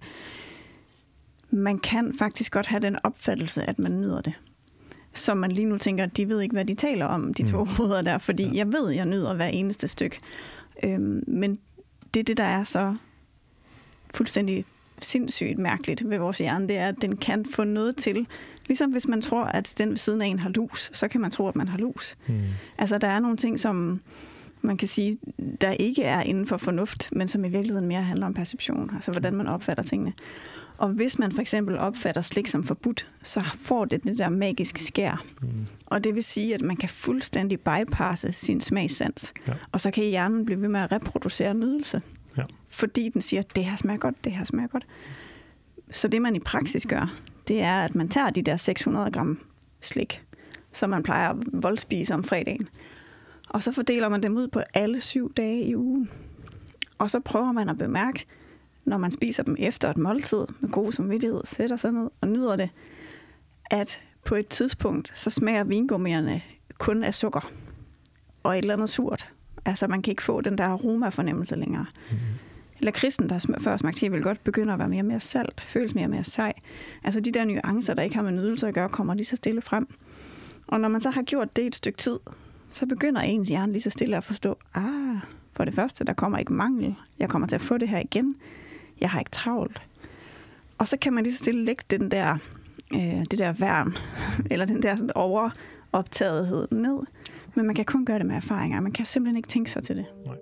Man kan faktisk godt have den opfattelse, at man nyder det. Så man lige nu tænker, at de ved ikke, hvad de taler om, de to hoveder der, fordi jeg ved, jeg nyder hver eneste stykke. Men det er det, der er så fuldstændig sindssygt mærkeligt ved vores hjerne, det er, at den kan få noget til. Ligesom hvis man tror, at den ved siden af en har lus, så kan man tro, at man har lus. Altså, der er nogle ting, som man kan sige, der ikke er inden for fornuft, men som i virkeligheden mere handler om perception, altså hvordan man opfatter tingene. Og hvis man for eksempel opfatter slik som forbudt, så får det der magiske skær. Og det vil sige, at man kan fuldstændig bypasse sin smagssans. Ja. Og så kan hjernen blive ved med at reproducere nydelse. Ja. Fordi den siger, det her smager godt, det her smager godt. Så det man i praksis gør, det er, at man tager de der 600 gram slik, som man plejer at voldspise om fredagen. Og så fordeler man dem ud på alle 7 dage i ugen. Og så prøver man at bemærke, når man spiser dem efter et måltid med god samvittighed, sætter sig ned og nyder det, at på et tidspunkt, så smager vingummierne kun af sukker og et eller andet surt. Altså man kan ikke få den der aromafornemmelse længere. Lakridsen, der før smagte helt vildt godt, begynder at være mere og mere salt, føles mere og mere sej. Altså de der nuancer, der ikke har med nydelse at gøre, kommer lige så stille frem. Og når man så har gjort det et stykke tid, så begynder ens hjerne lige så stille at forstå, For det første, der kommer ikke mangel. Jeg kommer til at få det her igen. Jeg har ikke travlt. Og så kan man lige så stille lægge det der værn, eller den der sådan overoptagethed ned. Men man kan kun gøre det med erfaringer. Man kan simpelthen ikke tænke sig til det. Nej.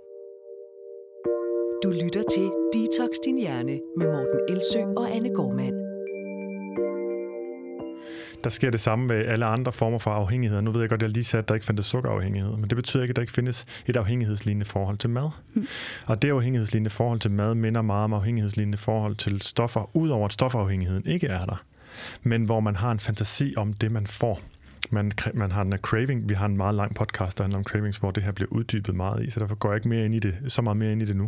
Du lytter til Detox Din Hjerne med Morten Elsø og Anne Gormand. Der sker det samme ved alle andre former for afhængigheder. Nu ved jeg godt, at jeg lige sagde, at der ikke findes sukkerafhængighed, men det betyder ikke, at der ikke findes et afhængighedslignende forhold til mad. Og det afhængighedslignende forhold til mad minder meget om afhængighedslignende forhold til stoffer, udover at stofafhængigheden ikke er der, men hvor man har en fantasi om det, man får. Man har en craving. Vi har en meget lang podcast, der handler om cravings, hvor det her bliver uddybet meget i, så derfor går jeg ikke mere ind i det, så meget mere ind i det nu.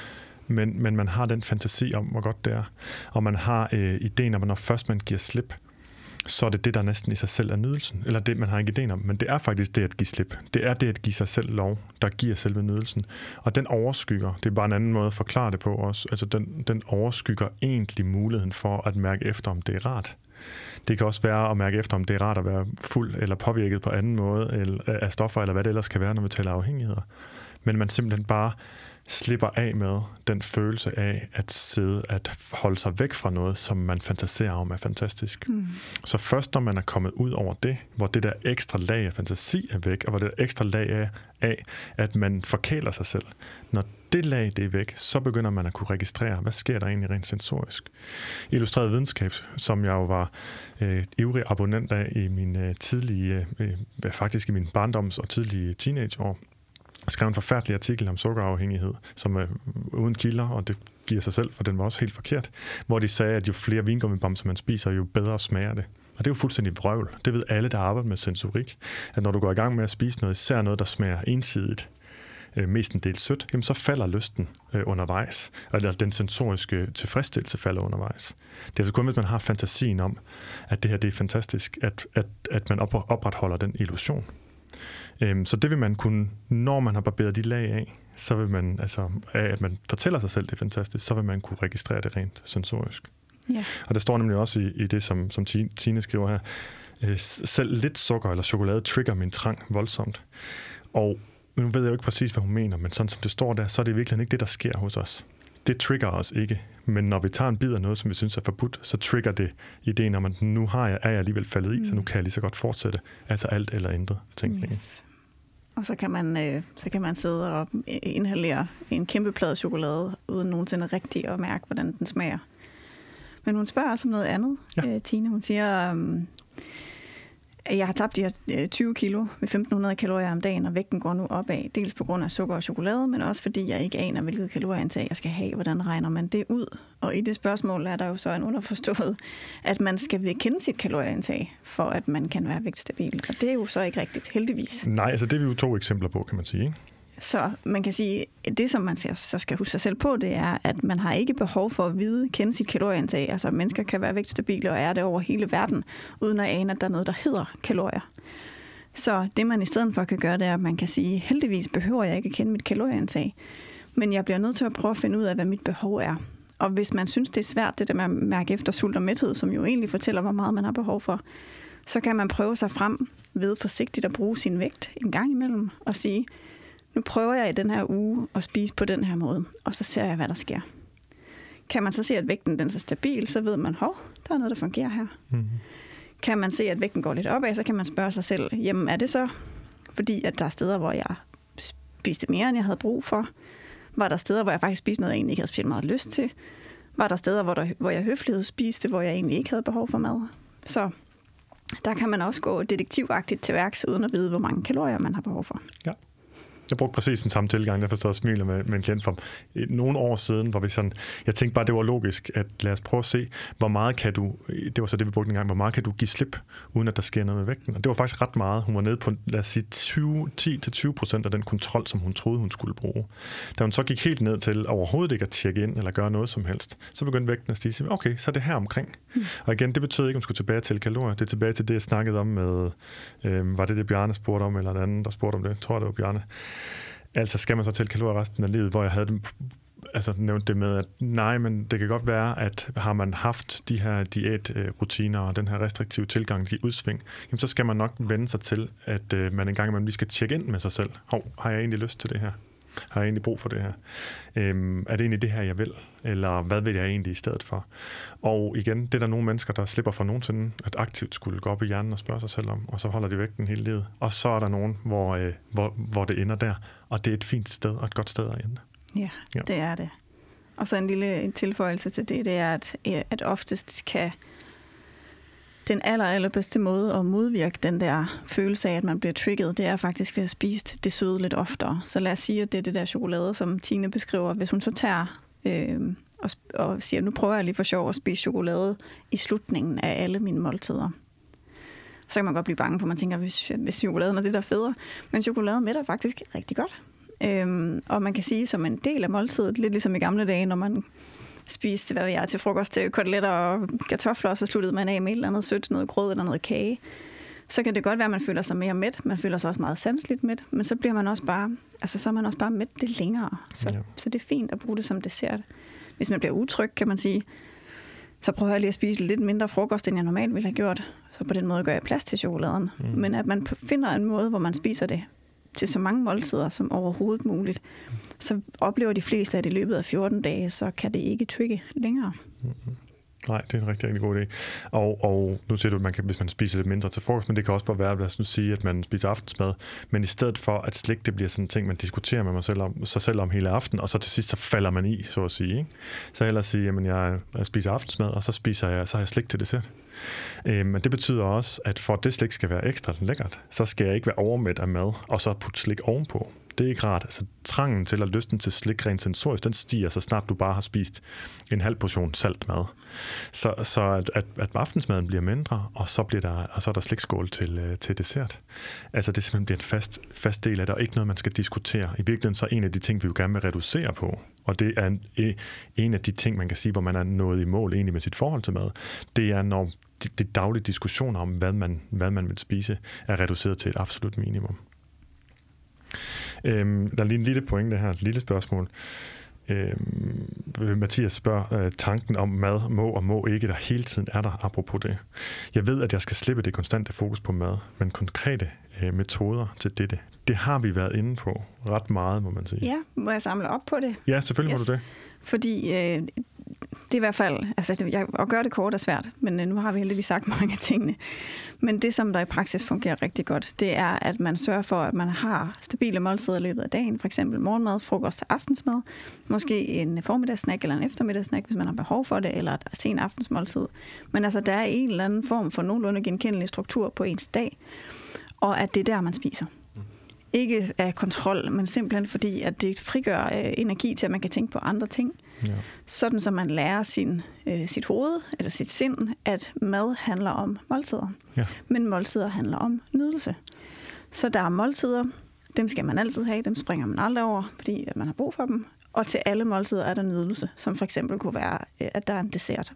Men man har den fantasi om, hvor godt det er. Og man har ideen om, at når først man giver slip, så er det der næsten i sig selv er nydelsen. Eller det, man har ikke ideen om, men det er faktisk det at give slip. Det er det at give sig selv lov, der giver selve nydelsen. Og den overskygger, det er bare en anden måde at forklare det på også, altså den overskygger egentlig muligheden for at mærke efter, om det er rart. Det kan også være at mærke efter, om det er rart at være fuld eller påvirket på anden måde eller af stoffer, eller hvad det ellers kan være, når vi taler afhængigheder. Men man simpelthen bare slipper af med den følelse af at holde sig væk fra noget, som man fantaserer om er fantastisk. Så først når man er kommet ud over det, hvor det der ekstra lag af fantasi er væk, og hvor det der ekstra lag af at man forkæler sig selv, når det lag det er væk, så begynder man at kunne registrere, hvad sker der egentlig rent sensorisk. Illustreret videnskab, som jeg jo var ivrig abonnent af i min faktisk i min barndoms- og tidlige teenageår, skrev en forfærdelig artikel om sukkerafhængighed, som er uden kilder, og det giver sig selv, for den var også helt forkert, hvor de sagde, at jo flere vingummibamser man spiser, jo bedre smager det. Og det er jo fuldstændig vrøvl. Det ved alle, der arbejder med sensorik, at når du går i gang med at spise noget, især noget, der smager ensidigt, mestendels sødt, jamen så falder lysten undervejs, eller den sensoriske tilfredsstillelse falder undervejs. Det er altså kun, hvis man har fantasien om, at det her det er fantastisk, at man opretholder den illusion. Så det vil man kunne, når man har barberet de lag af, så vil man, altså af at man fortæller sig selv, det er fantastisk, så vil man kunne registrere det rent sensorisk. Ja. Og der står nemlig også i det, som Tine skriver her, selv lidt sukker eller chokolade trigger min trang voldsomt. Og nu ved jeg jo ikke præcis, hvad hun mener, men sådan som det står der, så er det virkelig ikke det, der sker hos os. Det trigger os ikke. Men når vi tager en bid af noget, som vi synes er forbudt, så trigger det ideen om, at nu er jeg alligevel faldet i, så nu kan jeg lige så godt fortsætte. Altså alt eller intet tænkning. Yes. Og så kan man sidde og inhalere en kæmpe plade chokolade, uden nogensinde rigtigt at mærke, hvordan den smager. Men hun spørger også om noget andet, ja. Tine. Hun siger, jeg har tabt de her 20 kilo med 1500 kalorier om dagen, og vægten går nu opad. Dels på grund af sukker og chokolade, men også fordi jeg ikke aner, hvilket kalorieindtag jeg skal have. Hvordan regner man det ud? Og i det spørgsmål er der jo så en underforstået, at man skal kende sit kalorieindtag, for at man kan være vægtstabil. Og det er jo så ikke rigtigt, heldigvis. Nej, altså det er vi jo 2 eksempler på, kan man sige, ikke? Så man kan sige, at det, som man så skal huske sig selv på, det er, at man har ikke behov for at kende sit kalorieindtag. Altså mennesker kan være vægtstabile og er det over hele verden, uden at ane, at der er noget, der hedder kalorier. Så det, man i stedet for kan gøre, det er, at man kan sige, heldigvis behøver jeg ikke at kende mit kalorieindtag, men jeg bliver nødt til at prøve at finde ud af, hvad mit behov er. Og hvis man synes, det er svært, det der med at mærke efter sult og mæthed, som jo egentlig fortæller, hvor meget man har behov for, så kan man prøve sig frem ved forsigtigt at bruge sin vægt en gang imellem og sige, nu prøver jeg i den her uge at spise på den her måde, og så ser jeg, hvad der sker. Kan man så se, at vægten den er så stabil, så ved man, der er noget, der fungerer her. Mm-hmm. Kan man se, at vægten går lidt opad, så kan man spørge sig selv, jamen er det så, fordi at der er steder, hvor jeg spiste mere, end jeg havde brug for? Var der steder, hvor jeg faktisk spiste noget, jeg egentlig ikke havde specielt meget lyst til? Var der steder, hvor jeg høflighedsspiste, hvor jeg egentlig ikke havde behov for mad? Så der kan man også gå detektivagtigt til værks, uden at vide, hvor mange kalorier man har behov for. Ja. Jeg brugte præcis den samme tilgang, jeg forstår smiler med en klient for nogle år siden, hvor vi sådan, jeg tænkte bare, det var logisk, at lad os prøve at se, hvor meget kan du, det var så det, vi brugte en gang, hvor meget kan du give slip, uden at der sker noget med vægten. Og det var faktisk ret meget. Hun var nede på, lad os sige, 10-20% af den kontrol, som hun troede, hun skulle bruge. Da hun så gik helt ned til overhovedet ikke at tjekke ind, eller gøre noget som helst, så begyndte vægten at stige. Okay, så er det her omkring. Og igen, det betød ikke, at hun skulle tilbage til kalorier. Det er tilbage til det, jeg snakkede om med, var det Bjarne spurgte om, eller en anden, der spurgte om det. Jeg tror, det var Bjarne. Altså skal man så tælle kalorier resten af livet, hvor jeg havde dem, altså nævnt det med, at nej, men det kan godt være, at har man haft de her diætrutiner og den her restriktive tilgang, de udsving, jamen så skal man nok vende sig til, at man en gang imellem lige skal tjekke ind med sig selv. Har jeg egentlig lyst til det her? Har jeg egentlig brug for det her? Er det egentlig det her, jeg vil? Eller hvad vil jeg egentlig i stedet for? Og igen, det er der nogle mennesker, der slipper for nogensinde at aktivt skulle gå op i hjernen og spørge sig selv om, og så holder de vægten hele livet. Og så er der nogen, hvor det ender der, og det er et fint sted og et godt sted at ende. Ja, det er det. Og så en lille tilføjelse til det er, at oftest kan den allerbedste måde at modvirke den der følelse af, at man bliver trigget, det er faktisk ved at spise det søde lidt oftere. Så lad os sige, at det er det der chokolade, som Tine beskriver. Hvis hun så tager og siger, nu prøver jeg lige for sjov at spise chokolade i slutningen af alle mine måltider. Så kan man godt blive bange for, man tænker, hvis chokoladen er det, der er federe. Men chokolade mætter faktisk rigtig godt. Og man kan sige, som en del af måltidet, lidt ligesom i gamle dage, når man spiste, hvad ved jeg, til frokost til koteletter og kartofler, og så sluttede man af med et eller andet sødt, noget grød eller noget kage. Så kan det godt være, at man føler sig mere mæt. Man føler sig også meget sanseligt mæt, men så bliver man også bare, så er man også bare mæt lidt længere. Så det er fint at bruge det som dessert. Hvis man bliver utryg, kan man sige, så prøver jeg lige at spise lidt mindre frokost, end jeg normalt ville have gjort. Så på den måde gør jeg plads til chokoladen. Men at man finder en måde, hvor man spiser det til så mange måltider som overhovedet muligt, så oplever de fleste, at i løbet af 14 dage, så kan det ikke trigge længere. Nej, det er en rigtig, rigtig god idé. Og nu siger du, at hvis man spiser lidt mindre til frokost, men det kan også bare være, lad os nu sige, at man spiser aftensmad, men i stedet for, at slik det bliver sådan en ting, man diskuterer med sig selv om hele aften, og så til sidst, så falder man i, så at sige. Ikke? Så ellers sige, at jeg spiser aftensmad, og så har jeg slik til dessert. Men det betyder også, at for at det slik skal være ekstra lækkert, så skal jeg ikke være overmæt af mad, og så putte slik ovenpå. Det er ikke rart. Altså, trangen til at lysten til slik rent sensorisk, den stiger, så snart du bare har spist en halv portion salt mad. Så at aftensmaden bliver mindre, og så er der slikskål til dessert. Altså, det simpelthen bliver en fast del af det, og ikke noget, man skal diskutere. I virkeligheden så er en af de ting, vi jo gerne vil reducere på, og det er en af de ting, man kan sige, hvor man er nået i mål egentlig med sit forhold til mad, det er, når det daglige diskussioner om, hvad man vil spise, er reduceret til et absolut minimum. Der er lige en lille pointe her, et lille spørgsmål. Mathias spørger tanken om mad må og må ikke, der hele tiden er der, apropos det. Jeg ved, at jeg skal slippe det konstante fokus på mad, men konkrete metoder til det har vi været inde på ret meget, må man sige. Ja, må jeg samle op på det? Ja, selvfølgelig må du det. Fordi det er i hvert fald, at gøre det kort er svært, men nu har vi heldigvis sagt mange af tingene. Men det, som der i praksis fungerer rigtig godt, det er, at man sørger for, at man har stabile måltider i løbet af dagen. For eksempel morgenmad, frokost og aftensmad. Måske en formiddagsnack eller en eftermiddagssnack, hvis man har behov for det, eller et sen aftensmåltid. Men altså, der er en eller anden form for nogenlunde genkendelig struktur på ens dag, og at det er der, man spiser. Ikke af kontrol, men simpelthen fordi, at det frigør energi til, at man kan tænke på andre ting. Ja. Sådan, så man lærer sit hoved eller sit sind, at mad handler om måltider. Ja. Men måltider handler om nydelse. Så der er måltider, dem skal man altid have, dem springer man aldrig over, fordi man har brug for dem. Og til alle måltider er der nydelse, som for eksempel kunne være, at der er en dessert.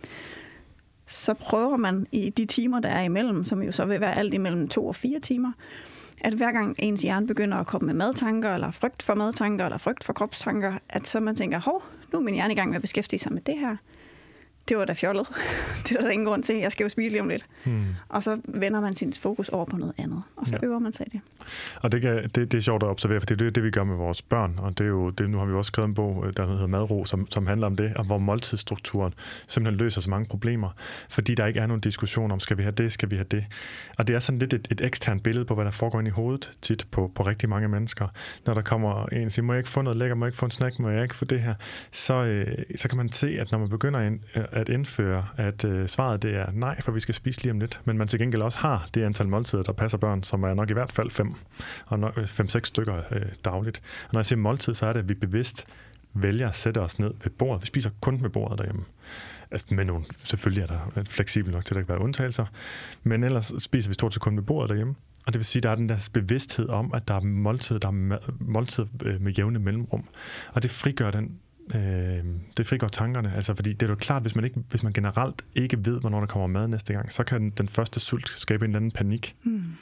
Så prøver man i de timer, der er imellem, som jo så vil være alt imellem 2 og 4 timer, at hver gang ens hjerne begynder at komme med madtanker, eller frygt for madtanker, eller frygt for kropstanker, at så man tænker, nu er min hjerne i gang med at beskæftige sig med det her. Det var da fjollet. Det er der ingen grund til. Jeg skal jo spise lige om lidt. Og så vender man sin fokus over på noget andet, og så øver man sig det. Og det er sjovt at observere, for det er det, vi gør med vores børn. Og det er jo nu har vi også skrevet en bog, der hedder Madro, som handler om det, og hvor måltidsstrukturen simpelthen løser så mange problemer, fordi der ikke er nogen diskussion om, skal vi have det, skal vi have det. Og det er sådan lidt et eksternt billede på, hvad der foregår ind i hovedet tit på rigtig mange mennesker. Når der kommer en og siger, må jeg ikke få noget lækker, må jeg ikke få en snack, må jeg ikke få det her, så kan man se, at når man begynder at indføre, at svaret det er nej, for vi skal spise lige om lidt, men man til gengæld også har det antal måltider, der passer børn, som er nok i hvert fald 5-6 stykker dagligt. Og når jeg siger måltid, så er det, at vi bevidst vælger at sætte os ned ved bordet. Vi spiser kun ved bordet derhjemme. Men selvfølgelig er der fleksibel nok til, at der kan være undtagelser, men ellers spiser vi stort set kun ved bordet derhjemme. Og det vil sige, at der er den der bevidsthed om, at der er måltid med jævne mellemrum. Og det frigør det frigør tankerne, altså fordi det er jo klart, hvis man generelt ikke ved, hvornår der kommer mad næste gang, så kan den første sult skabe en eller anden panik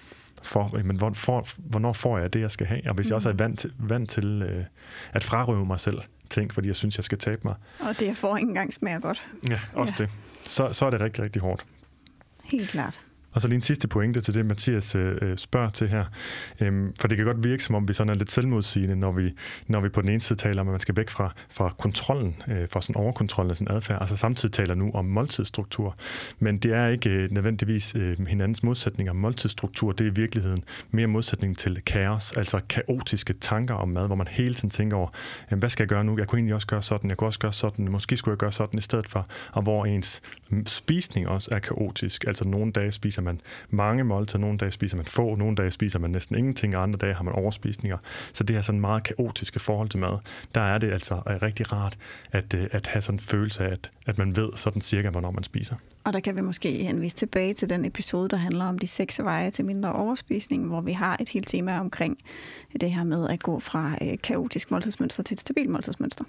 for, hvornår får jeg det, jeg skal have, og hvis jeg også er vant til at frarøve mig selv ting, fordi jeg synes, jeg skal tabe mig. Og det jeg får ikke engang smager godt. Ja, også det. Så er det rigtig, rigtig hårdt. Helt klart. Og så lige en sidste pointe til det, Mathias spørger til her. For det kan godt virke, som om vi sådan er lidt selvmodsigende, når vi på den ene side taler om, at man skal væk fra kontrollen, fra sådan overkontrollen af sin adfærd, og så samtidig taler nu om måltidsstruktur. Men det er ikke nødvendigvis hinandens modsætninger. Måltidsstruktur, det er i virkeligheden mere modsætning til kaos, altså kaotiske tanker om mad, hvor man hele tiden tænker over, hvad skal jeg gøre nu? Jeg kunne egentlig også gøre sådan, jeg kunne også gøre sådan, måske skulle jeg gøre sådan i stedet for, og hvor ens spisning også er kaotisk. Altså nogle dage spiser man mange måltider, nogle dage spiser man få, nogle dage spiser man næsten ingenting, og andre dage har man overspisninger. Så det er sådan meget kaotiske forhold til mad. Der er det altså rigtig rart at have sådan en følelse af, at man ved sådan cirka, hvornår man spiser. Og der kan vi måske henvise tilbage til den episode, der handler om de 6 veje til mindre overspisning, hvor vi har et helt tema omkring det her med at gå fra kaotisk måltidsmønster til et stabilt måltidsmønster.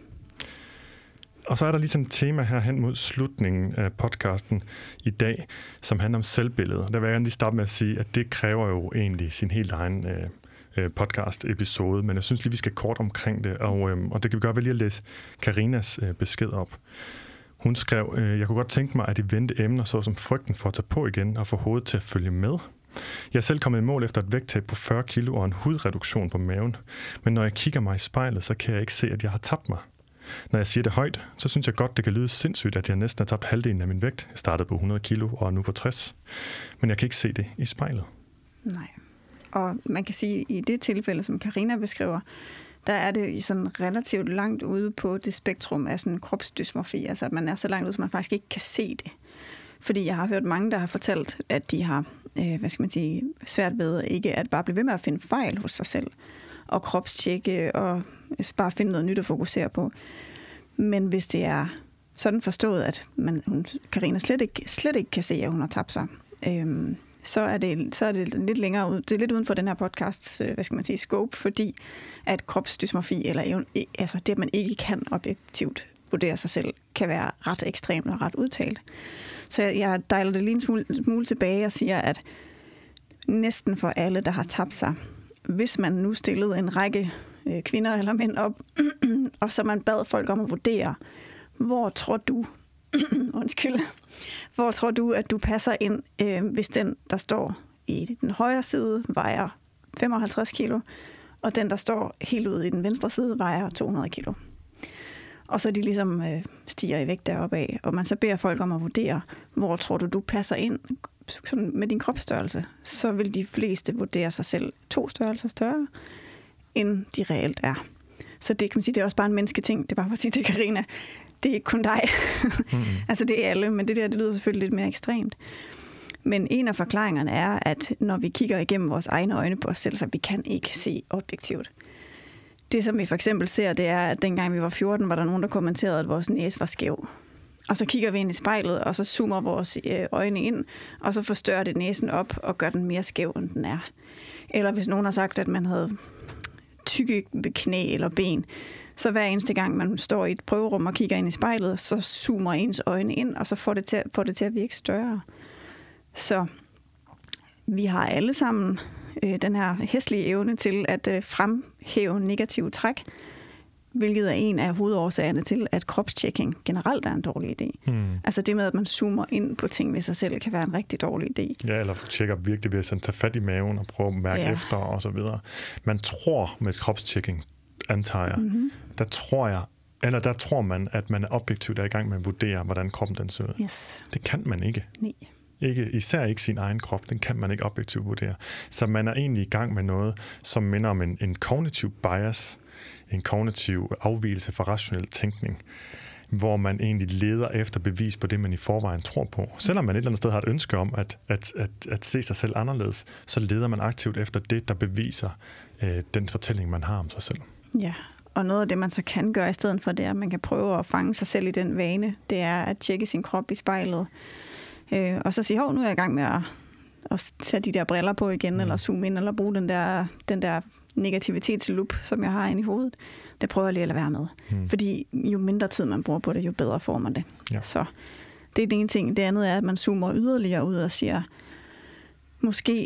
Og så er der lige sådan et tema her hen mod slutningen af podcasten i dag, som handler om selvbillede. Der vil jeg gerne lige starte med at sige, at det kræver jo egentlig sin helt egen podcast-episode, men jeg synes lige, vi skal kort omkring det, og det kan vi gøre ved lige at læse Karinas besked op. Hun skrev, jeg kunne godt tænke mig, at I vendte emner, såsom frygten for at tage på igen og få hovedet til at følge med. Jeg er selv kommet i mål efter et vægttab på 40 kilo og en hudreduktion på maven, men når jeg kigger mig i spejlet, så kan jeg ikke se, at jeg har tabt mig. Når jeg siger det højt, så synes jeg godt, det kan lyde sindssygt, at jeg næsten har tabt halvdelen af min vægt. Jeg startede på 100 kilo og er nu på 60. Men jeg kan ikke se det i spejlet. Nej. Og man kan sige, at i det tilfælde, som Karina beskriver, der er det sådan relativt langt ude på det spektrum af sådan kropsdysmorfi. Altså at man er så langt ude, så man faktisk ikke kan se det. Fordi jeg har hørt mange, der har fortalt, at de har svært ved ikke at bare blive ved med at finde fejl hos sig selv. Og kropstjekke og bare finde noget nyt at fokusere på. Men hvis det er sådan forstået, at Karina slet ikke kan se, at hun har tabt sig, så er det lidt længere ud. Det er lidt uden for den her podcasts, scope, fordi at kropsdysmorfi, eller altså det, at man ikke kan objektivt vurdere sig selv, kan være ret ekstremt og ret udtalt. Så jeg dejler det lige en smule tilbage og siger, at næsten for alle, der har tabt sig, hvis man nu stillede en række kvinder eller mænd op, og så man bad folk om at vurdere, hvor tror du, at du passer ind, hvis den, der står i den højre side, vejer 55 kilo, og den, der står helt ude i den venstre side, vejer 200 kilo. Og så de ligesom stiger i vægt deroppe af, og man så beder folk om at vurdere, hvor tror du passer ind med din kropsstørrelse, så vil de fleste vurdere sig selv 2 størrelser større, end de reelt er. Så det kan man sige, det er også bare en mennesketing. Det er bare for at sige til Karina, det er ikke kun dig. Altså det er alle, men det lyder selvfølgelig lidt mere ekstremt. Men en af forklaringerne er, at når vi kigger igennem vores egne øjne på os selv, så vi kan ikke se objektivt. Det, som vi for eksempel ser, det er, at dengang vi var 14, var der nogen, der kommenterede, at vores næse var skæv. Og så kigger vi ind i spejlet, og så zoomer vores øjne ind, og så forstørrer det næsen op og gør den mere skæv, end den er. Eller hvis nogen har sagt, at man havde tykke knæ eller ben, så hver eneste gang, man står i et prøverum og kigger ind i spejlet, så zoomer ens øjne ind, og så får det til at virke større. Så vi har alle sammen den her hæslige evne til at fremhæve negative træk, hvilket er en af hovedårsagerne til, at kropstjekking generelt er en dårlig idé. Altså det med, at man zoomer ind på ting ved sig selv, kan være en rigtig dårlig idé. Ja, eller tjekker virkelig ved at tage fat i maven og prøve at mærke efter og så videre. Man tror med kropstjekking, antager jeg, der tror man, at man er objektivt i gang med at vurdere, hvordan kroppen den ser ud. Yes. Det kan man ikke. Nej. Især ikke sin egen krop, den kan man ikke objektivt vurdere. Så man er egentlig i gang med noget, som minder om en kognitiv bias, en kognitiv afvigelse fra rationel tænkning, hvor man egentlig leder efter bevis på det, man i forvejen tror på. Selvom man et eller andet sted har et ønske om at se sig selv anderledes, så leder man aktivt efter det, der beviser den fortælling, man har om sig selv. Ja, og noget af det, man så kan gøre i stedet for det, at man kan prøve at fange sig selv i den vane, det er at tjekke sin krop i spejlet. Og så sige, nu er jeg i gang med at tage de der briller på igen, eller zoome ind, eller bruge den der negativitetsloop, som jeg har inde i hovedet. Det prøver jeg lige at lade være med. Fordi jo mindre tid man bruger på det, jo bedre får man det. Ja. Så det er den ene ting. Det andet er, at man zoomer yderligere ud og siger, måske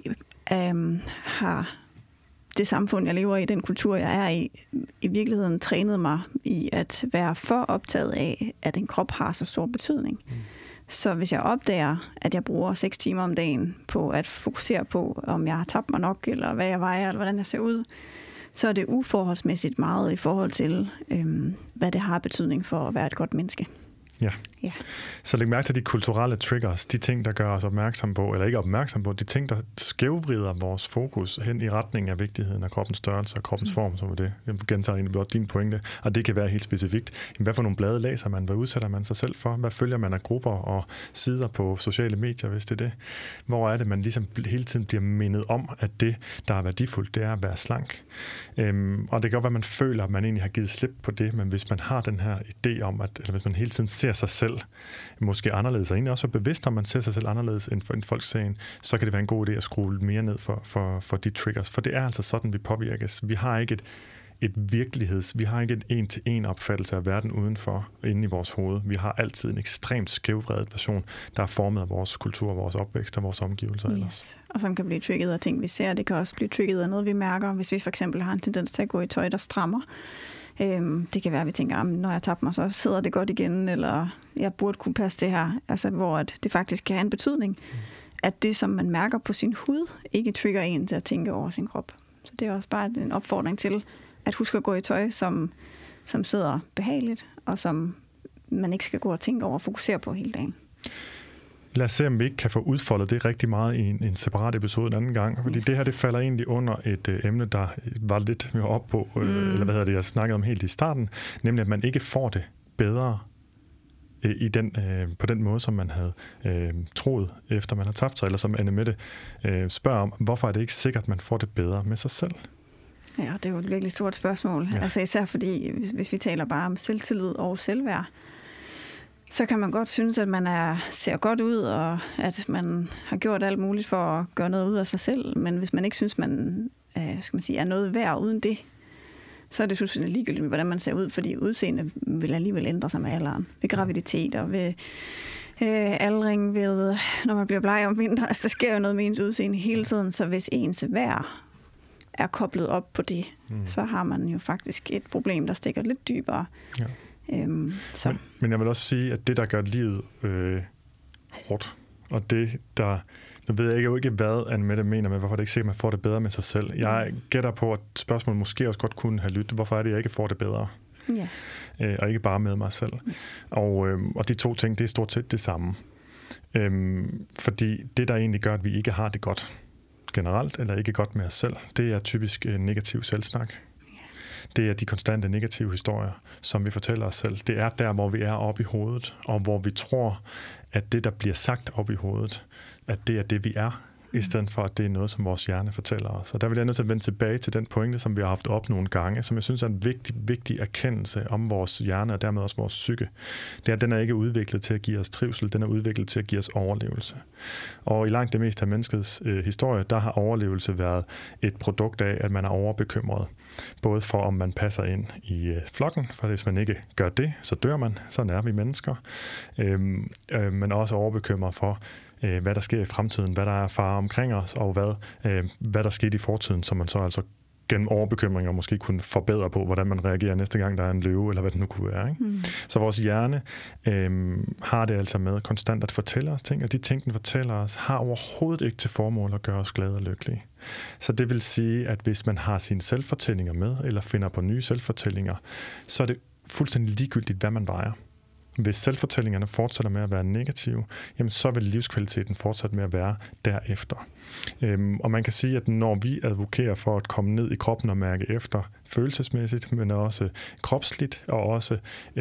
har det samfund, jeg lever i, den kultur, jeg er i virkeligheden trænet mig i at være for optaget af, at en krop har så stor betydning. Så hvis jeg opdager, at jeg bruger 6 timer om dagen på at fokusere på, om jeg har tabt mig nok, eller hvad jeg vejer, eller hvordan jeg ser ud, så er det uforholdsmæssigt meget i forhold til, hvad det har betydning for at være et godt menneske. Ja. Så læg mærke til de kulturelle triggers, de ting, der gør os opmærksom på, eller ikke opmærksom på, de ting, der skævvrider vores fokus hen i retning af vigtigheden af kroppens størrelse og kroppens form, som er det. Jeg gentager egentlig blot din pointe, og det kan være helt specifikt. Hvad for nogle blade læser man? Hvad udsætter man sig selv for? Hvad følger man af grupper og sider på sociale medier, hvis det er det? Hvor er det, man ligesom hele tiden bliver mindet om, at det, der er værdifuldt, det er at være slank. Og det kan godt være, at man føler, at man egentlig har givet slip på det, men hvis man har den her idé om, eller hvis man hele tiden ser sig selv måske anderledes, og egentlig også er bevidst om, man ser sig selv anderledes end folk ser en, så kan det være en god idé at skrue mere ned for de triggers. For det er altså sådan, vi påvirkes. Vi har ikke vi har ikke en en-til-en opfattelse af verden udenfor, inde i vores hoved. Vi har altid en ekstremt skævvredet version, der er formet af vores kultur, vores opvækst og vores omgivelser ellers. Og som kan blive trigget af ting, vi ser. Det kan også blive trigget af noget, vi mærker. Hvis vi for eksempel har en tendens til at gå i tøj, der strammer. Det kan være, at vi tænker, når jeg taber mig, så sidder det godt igen, eller jeg burde kunne passe det her. Altså, hvor det faktisk kan have en betydning, at det, som man mærker på sin hud, ikke trigger en til at tænke over sin krop. Så det er også bare en opfordring til at huske at gå i tøj, som sidder behageligt, og som man ikke skal gå og tænke over og fokusere på hele dagen. Lad os se, om vi ikke kan få udfoldet det rigtig meget i en separat episode en anden gang. Fordi det her, det falder egentlig under et emne, der var lidt mere op på, eller jeg snakkede om helt i starten, nemlig at man ikke får det bedre på den måde, som man havde troet, efter man har tabt sig, eller som Anne-Mette spørger om, hvorfor er det ikke sikkert, at man får det bedre med sig selv? Ja, det er jo et virkelig stort spørgsmål. Ja. Altså især fordi, hvis vi taler bare om selvtillid og selvværd, så kan man godt synes, at man ser godt ud, og at man har gjort alt muligt for at gøre noget ud af sig selv. Men hvis man ikke synes, man er noget værd uden det, så er det fuldstændig ligegyldigt, hvordan man ser ud, fordi udseende vil alligevel ændre sig med alderen. Ved graviditet og ved aldring, ved når man bliver bleg om vinteren. Altså, der sker jo noget med ens udseende hele tiden, så hvis ens værd er koblet op på det, så har man jo faktisk et problem, der stikker lidt dybere. Ja. Men jeg vil også sige, at det, der gør livet hårdt, og det, der... Nu ved jeg ikke, hvad Anne-Mette mener med, hvorfor det ikke sikkert, at man får det bedre med sig selv. Jeg gætter på, at spørgsmålet måske også godt kunne have lyttet. Hvorfor er det, jeg ikke får det bedre? Ja. Og ikke bare med mig selv. Og de to ting, det er stort set det samme. Fordi det, der egentlig gør, at vi ikke har det godt generelt, eller ikke godt med os selv, det er typisk negativ selvsnak. Det er de konstante negative historier, som vi fortæller os selv. Det er der, hvor vi er oppe i hovedet, og hvor vi tror, at det, der bliver sagt oppe i hovedet, at det er det, vi er, i stedet for, at det er noget, som vores hjerne fortæller os. Og der vil jeg nødt til at vende tilbage til den pointe, som vi har haft op nogle gange, som jeg synes er en vigtig erkendelse om vores hjerne, og dermed også vores psyke. Det er, at den er ikke udviklet til at give os trivsel, den er udviklet til at give os overlevelse. Og i langt det meste af menneskets historie, der har overlevelse været et produkt af, at man er overbekymret. Både for, om man passer ind i flokken, for hvis man ikke gør det, så dør man. Sådan er vi mennesker. Men også overbekymret for, hvad der sker i fremtiden, hvad der er fare omkring os, og hvad der skete i fortiden, som man så altså gennem overbekymringer måske kunne forbedre på, hvordan man reagerer næste gang, der er en løve, eller hvad det nu kunne være. Ikke? Så vores hjerne har det altså med konstant at fortælle os ting, og de ting, den fortæller os, har overhovedet ikke til formål at gøre os glade og lykkelige. Så det vil sige, at hvis man har sine selvfortællinger med, eller finder på nye selvfortællinger, så er det fuldstændig ligegyldigt, hvad man vejer. Hvis selvfortællingerne fortsætter med at være negative, jamen så vil livskvaliteten fortsætte med at være derefter. Og man kan sige, at når vi advokerer for at komme ned i kroppen og mærke efter følelsesmæssigt, men også kropsligt, og også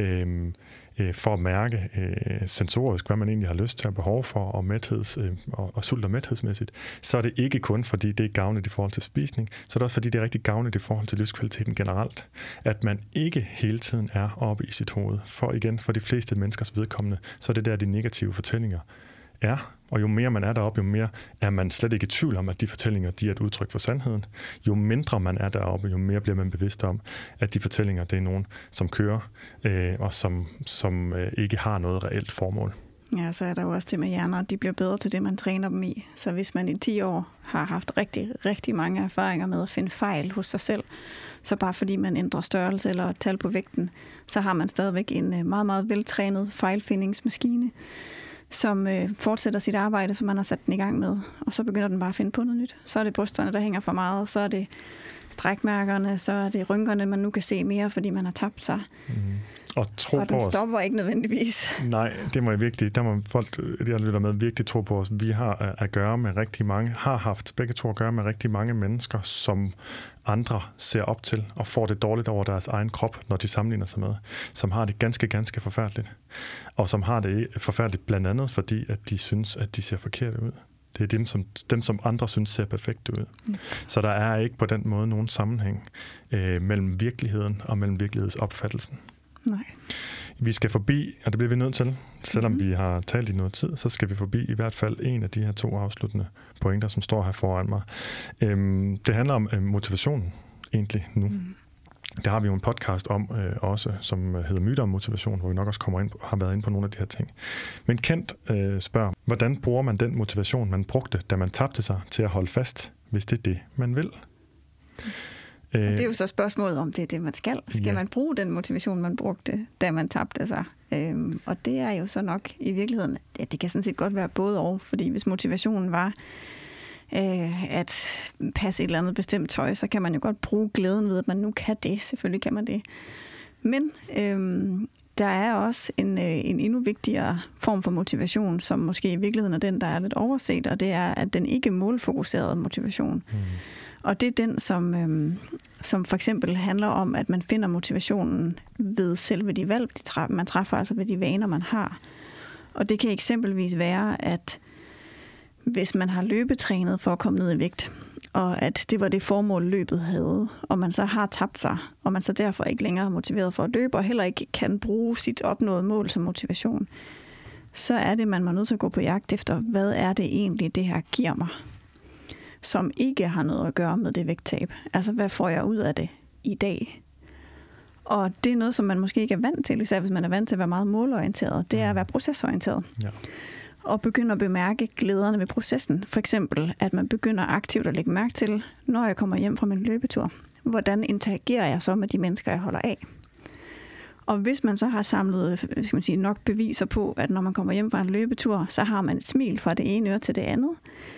for at mærke sensorisk, hvad man egentlig har lyst til at behov for, og sult- og mæthedsmæssigt, så er det ikke kun, fordi det er gavnligt i forhold til spisning, så er det også, fordi det er rigtig gavnligt i forhold til livskvaliteten generelt, at man ikke hele tiden er oppe i sit hoved. For de fleste menneskers vedkommende, så er det der, de negative fortællinger er. Og jo mere man er deroppe, jo mere er man slet ikke i tvivl om, at de fortællinger, de er et udtryk for sandheden. Jo mindre man er deroppe, jo mere bliver man bevidst om, at de fortællinger, det er nogen, som kører, og som ikke har noget reelt formål. Ja, så er der jo også det med hjerner, de bliver bedre til det, man træner dem i. Så hvis man i 10 år har haft rigtig, rigtig mange erfaringer med at finde fejl hos sig selv, så bare fordi man ændrer størrelse eller tal på vægten, så har man stadigvæk en meget, meget veltrænet fejlfindingsmaskine, som fortsætter sit arbejde, som man har sat den i gang med. Og så begynder den bare at finde på noget nyt. Så er det brysterne, der hænger for meget, så er det strækmærkerne, så er det rynkerne, man nu kan se mere, fordi man har tabt sig. Og den stopper ikke nødvendigvis. Nej, det må jeg virkelig, der må folk, der lytter med, virkelig tro på os. Vi har at gøre med rigtig mange, har haft begge to at gøre med rigtig mange mennesker, som andre ser op til og får det dårligt over deres egen krop, når de sammenligner sig med, som har det ganske, ganske forfærdeligt. Og som har det forfærdeligt blandt andet, fordi at de synes, at de ser forkert ud. Det er dem, som andre synes ser perfekt ud. Så der er ikke på den måde nogen sammenhæng mellem virkeligheden og mellem virkelighedsopfattelsen. Nej. Vi skal forbi, og det bliver vi nødt til, selvom vi har talt i noget tid, så skal vi forbi i hvert fald en af de her 2 afsluttende pointer, som står her foran mig. Det handler om motivation egentlig nu. Der har vi jo en podcast om også, som hedder Myter om motivation, hvor vi nok også har været inde på nogle af de her ting. Men Kent spørger, hvordan bruger man den motivation, man brugte, da man tabte sig, til at holde fast, hvis det er det, man vil? Og det er jo så spørgsmålet, om det er det, man skal. Skal man bruge den motivation, man brugte, da man tabte sig? Og det er jo så nok i virkeligheden, at det kan sådan set godt være både og, fordi hvis motivationen var at passe et eller andet bestemt tøj, så kan man jo godt bruge glæden ved, at man nu kan det. Selvfølgelig kan man det. Men der er også en endnu vigtigere form for motivation, som måske i virkeligheden er den, der er lidt overset, og det er, at den ikke målfokuserede motivation. Og det er den, som for eksempel handler om, at man finder motivationen ved selve de valg, man træffer, altså ved de vaner, man har. Og det kan eksempelvis være, at hvis man har løbetrænet for at komme ned i vægt, og at det var det formål, løbet havde, og man så har tabt sig, og man så derfor ikke længere er motiveret for at løbe, og heller ikke kan bruge sit opnåede mål som motivation, så er det, man må nødt til at gå på jagt efter, hvad er det egentlig, det her giver mig, som ikke har noget at gøre med det vægttab. Altså, hvad får jeg ud af det i dag? Og det er noget, som man måske ikke er vant til, især hvis man er vant til at være meget målorienteret. Det er at være procesorienteret. Ja. Og begynde at bemærke glæderne ved processen. For eksempel, at man begynder aktivt at lægge mærke til, når jeg kommer hjem fra min løbetur. Hvordan interagerer jeg så med de mennesker, jeg holder af? Og hvis man så har samlet nok beviser på, at når man kommer hjem fra en løbetur, så har man et smil fra det ene øre til det andet.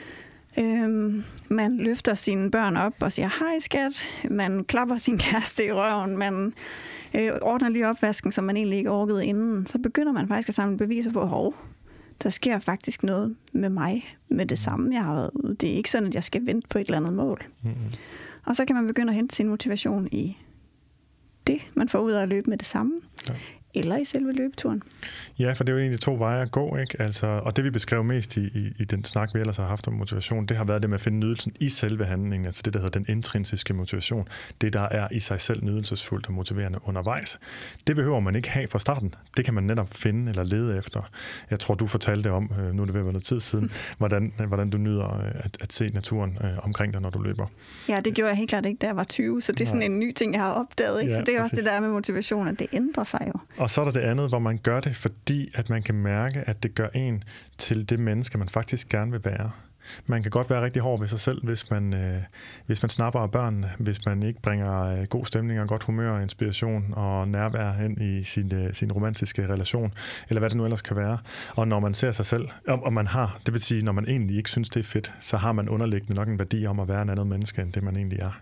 Man løfter sine børn op og siger, hej skat. Man klapper sin kæreste i røven. Man ordner lige opvasken, som man egentlig ikke orkede inden. Så begynder man faktisk at samle beviser på, der sker faktisk noget med mig, med det samme, jeg har været ude. Det er ikke sådan, at jeg skal vente på et eller andet mål. Og så kan man begynde at hente sin motivation i det, man får ud af at løbe med det samme. Ja. Eller i selve løbeturen. Ja, for det er jo egentlig 2 veje at gå, ikke? Altså, og det vi beskrev mest i den snak, vi ellers har haft om motivation, det har været det med at finde nydelsen i selve handlingen, altså det, der hedder den intrinsiske motivation. Det, der er i sig selv nydelsesfuldt og motiverende undervejs. Det behøver man ikke have fra starten. Det kan man netop finde eller lede efter. Jeg tror, du fortalte om, nu er det ved at være noget tid siden, hvordan du nyder at se naturen omkring dig, når du løber. Ja, det gjorde jeg helt klart ikke, da jeg var 20, så det er sådan en ny ting, jeg har opdaget. Ikke? Ja, så det er også det der med motivation, at det ændrer sig jo. Og så er der det andet, hvor man gør det, fordi at man kan mærke, at det gør en til det menneske, man faktisk gerne vil være. Man kan godt være rigtig hård ved sig selv, hvis man snapper af børnene, hvis man ikke bringer god stemning og godt humør og inspiration og nærvær hen i sin romantiske relation, eller hvad det nu ellers kan være. Og når man ser sig selv, og man har, det vil sige, når man egentlig ikke synes, det er fedt, så har man underliggende nok en værdi om at være en andet menneske, end det man egentlig er.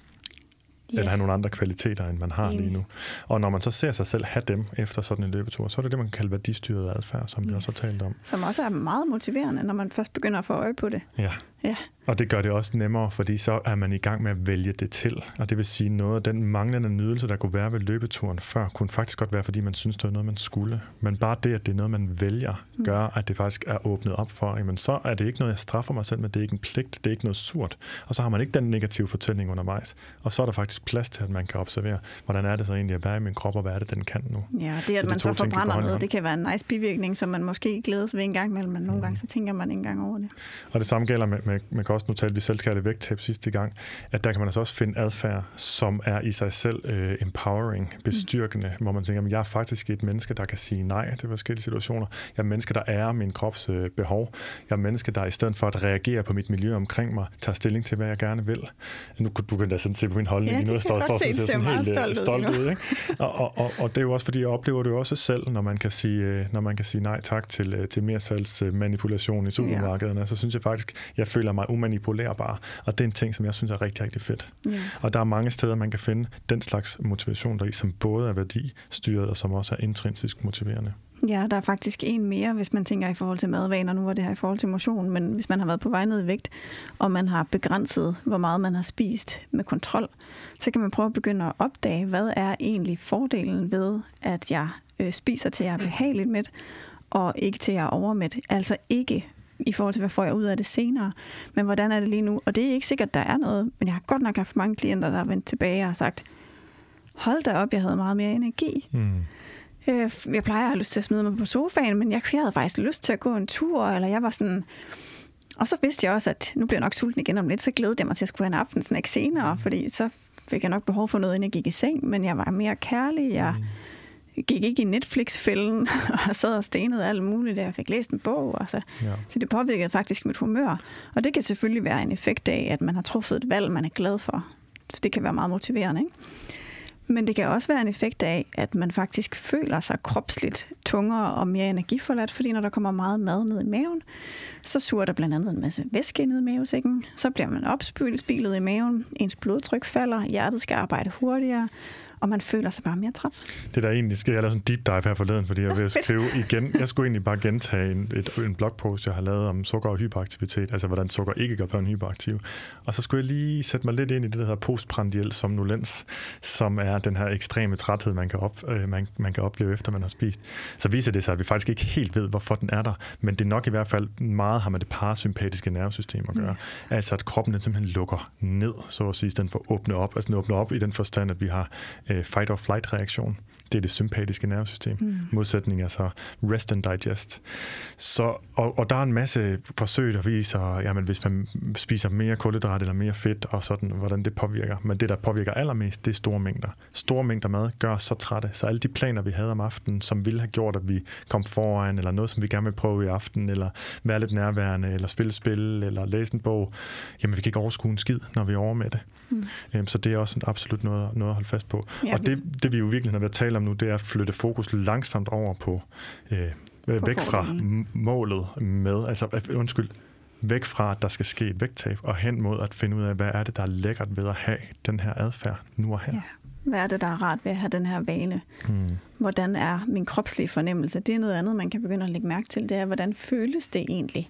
Yeah. Eller have nogle andre kvaliteter, end man har lige nu. Og når man så ser sig selv have dem efter sådan en løbetur, så er det det, man kan kalde værdistyret adfærd, som vi også har talt om. Som også er meget motiverende, når man først begynder at få øje på det. Ja. Og det gør det også nemmere, fordi så er man i gang med at vælge det til. Og det vil sige, noget af den manglende nydelse, der kunne være ved løbeturen før, kunne faktisk godt være, fordi man synes, det var noget, man skulle. Men bare det, at det er noget, man vælger, gør, at det faktisk er åbnet op for. Jamen, så er det ikke noget, jeg straffer mig selv med. Det er ikke en pligt. Det er ikke noget surt. Og så har man ikke den negative fortælling undervejs. Og så er der faktisk plads til, at man kan observere, hvordan er det så egentlig at være i min krop, og hvad er det, den kan nu. Ja, det at man så forbrænder noget, det kan være en nice bivirkning, som man måske glædes ved en gang imellem, men nogle gange så tænker man ikke engang over det. Og det samme gælder man kan også, nu talte vi selvskærligt vægttab sidste gang, at der kan man altså også finde adfærd, som er i sig selv empowering, bestyrkende, hvor man tænker, at jeg er faktisk et menneske, der kan sige nej til forskellige situationer. Jeg er et menneske, der er min krops behov. Jeg er et menneske, der i stedet for at reagere på mit miljø omkring mig, tager stilling til, hvad jeg gerne vil. Nu du kan da sådan se på min holdning. Ja, Nu står sådan helt stolt ud. Ikke? Og det er jo også, fordi jeg oplever det jo også selv, når man kan sige nej tak til mersalgsmanipulation i supermarkederne. Så synes jeg faktisk, jeg føler mig umanipulerbar. Og det er en ting, som jeg synes er rigtig, rigtig fedt. Ja. Og der er mange steder, man kan finde den slags motivation deri, som både er værdistyret og som også er intrinsisk motiverende. Ja, der er faktisk en mere, hvis man tænker i forhold til madvaner. Nu var det her i forhold til motion, men hvis man har været på vej ned i vægt, og man har begrænset, hvor meget man har spist med kontrol, så kan man prøve at begynde at opdage, hvad er egentlig fordelen ved, at jeg spiser til, at jeg er behageligt mæt, og ikke til, at jeg er overmæt. Altså ikke i forhold til, hvad får jeg ud af det senere, men hvordan er det lige nu? Og det er ikke sikkert, der er noget, men jeg har godt nok haft mange klienter, der har vendt tilbage og har sagt, hold da op, jeg havde meget mere energi. Jeg plejer at have lyst til at smide mig på sofaen, men jeg havde faktisk lyst til at gå en tur, eller jeg var sådan... Og så vidste jeg også, at nu bliver jeg nok sulten igen om lidt, så glædede jeg mig til at skulle have en aftensnack senere, fordi så fik jeg nok behov for noget, inden jeg gik i seng, men jeg var mere kærlig, jeg gik ikke i Netflix-fælden og sad og stenede alt muligt, da jeg fik læst en bog. Altså. Ja. Så det påvirkede faktisk mit humør. Og det kan selvfølgelig være en effekt af, at man har truffet et valg, man er glad for. Så det kan være meget motiverende, ikke? Men det kan også være en effekt af, at man faktisk føler sig kropsligt tungere og mere energiforladt, fordi når der kommer meget mad ned i maven, så suger der blandt andet en masse væske ned i mavesækken, så bliver man opspylet i maven, ens blodtryk falder, hjertet skal arbejde hurtigere, og man føler sig bare mere træt. Det der egentlig skal jeg lave sådan en deep dive her forleden, fordi jeg vil skrive igen. Jeg skulle egentlig bare gentage en blogpost, jeg har lavet om sukker og hyperaktivitet, altså hvordan sukker ikke gør børn hyperaktive. Og så skulle jeg lige sætte mig lidt ind i det, der hedder postprandial somnolens, som er den her ekstreme træthed, man kan opleve efter man har spist. Så viser det sig, at vi faktisk ikke helt ved, hvorfor den er der, men det er nok i hvert fald meget har med det parasympatiske nervesystem at gøre. Yes. Altså at kroppen den simpelthen lukker ned, så at sige, den får åbne op. Altså den åbner op i den forstand, at vi har fight-or-flight-reaktion. Det er det sympatiske nervesystem. Modsætning er så rest and digest. Og der er en masse forsøg, der viser, jamen, hvis man spiser mere kulhydrat eller mere fedt, og sådan, hvordan det påvirker. Men det, der påvirker allermest, det er store mængder. Store mængder mad gør os så trætte. Så alle de planer, vi havde om aftenen, som ville have gjort, at vi kom foran, eller noget, som vi gerne vil prøve i aften, eller være lidt nærværende, eller spille spil, eller læse en bog, jamen vi kan ikke overskue en skid, når vi er over med det. Så det er også absolut noget at holde fast på. Ja, og det vi jo virkelig har været tale om nu, det er at flytte fokus langsomt over på væk fra målet med, altså væk fra, at der skal ske et vægttab, og hen mod at finde ud af, hvad er det, der er lækkert ved at have den her adfærd nu og her. Ja. Hvad er det, der er rart ved at have den her vane? Hvordan er min kropslige fornemmelse? Det er noget andet, man kan begynde at lægge mærke til. Det er, hvordan føles det egentlig?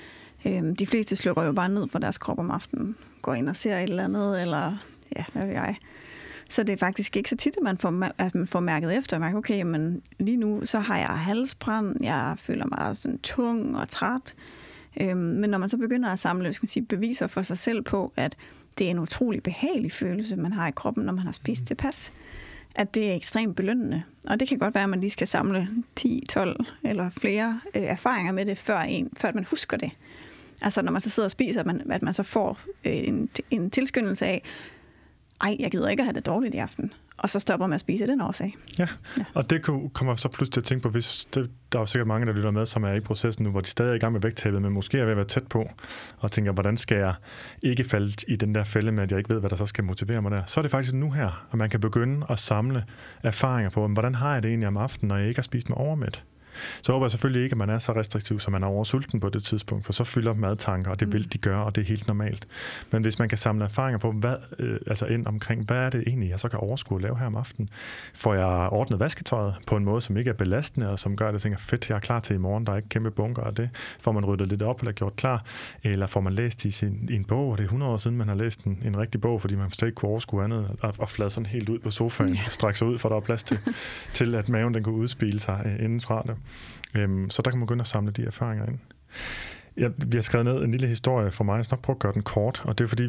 De fleste slukker jo bare ned fra deres krop om aftenen, går ind og ser et eller andet, eller ja, hvad ved jeg. Så det er faktisk ikke så tit, at man får mærket efter. Man okay, men lige nu så har jeg halsbrand, jeg føler mig sådan tung og træt. Men når man så begynder at samle beviser for sig selv på, at det er en utrolig behagelig følelse, man har i kroppen, når man har spist tilpas, at det er ekstremt belønnende. Og det kan godt være, at man lige skal samle 10, 12 eller flere erfaringer med det, før man husker det. Altså når man så sidder og spiser, at man så får en tilskyndelse af, jeg gider ikke at have det dårligt i aften. Og så stopper man at spise den årsag. Ja, og det kommer så pludselig til at tænke på, hvis der er jo sikkert mange, der lytter med, som er i processen nu, hvor de stadig er i gang med vægttabet, men måske er ved at være tæt på, og tænker, hvordan skal jeg ikke falde i den der fælde med, at jeg ikke ved, hvad der så skal motivere mig der. Så er det faktisk nu her, at man kan begynde at samle erfaringer på, hvordan har jeg det egentlig om aftenen, når jeg ikke har spist mig overmæt. Så håber jeg selvfølgelig ikke, at man er så restriktiv, så man er oversulten på det tidspunkt, for så fylder madtanker, og det vil de gøre, og det er helt normalt. Men hvis man kan samle erfaringer på, ind omkring, hvad er det egentlig, jeg så kan overskue at lave her om aftenen? Får jeg ordnet vasketøjet på en måde, som ikke er belastende, og som gør, at jeg tænker, fedt, jeg er klar til i morgen, der er ikke kæmpe bunker af det. Får man ryddet lidt op, eller gjort klar? Eller får man læst i en bog, og det er 100 år siden, man har læst en rigtig bog, fordi man slet ikke kunne overskue andet, og flade sådan helt ud på sofaen, strække sig ud, for der var plads til at maven den kunne udspile sig indenfra det. Så der kan man begynde at samle de erfaringer ind. Vi har skrevet ned en lille historie for mig, jeg skal nok prøve at gøre den kort, og det er fordi,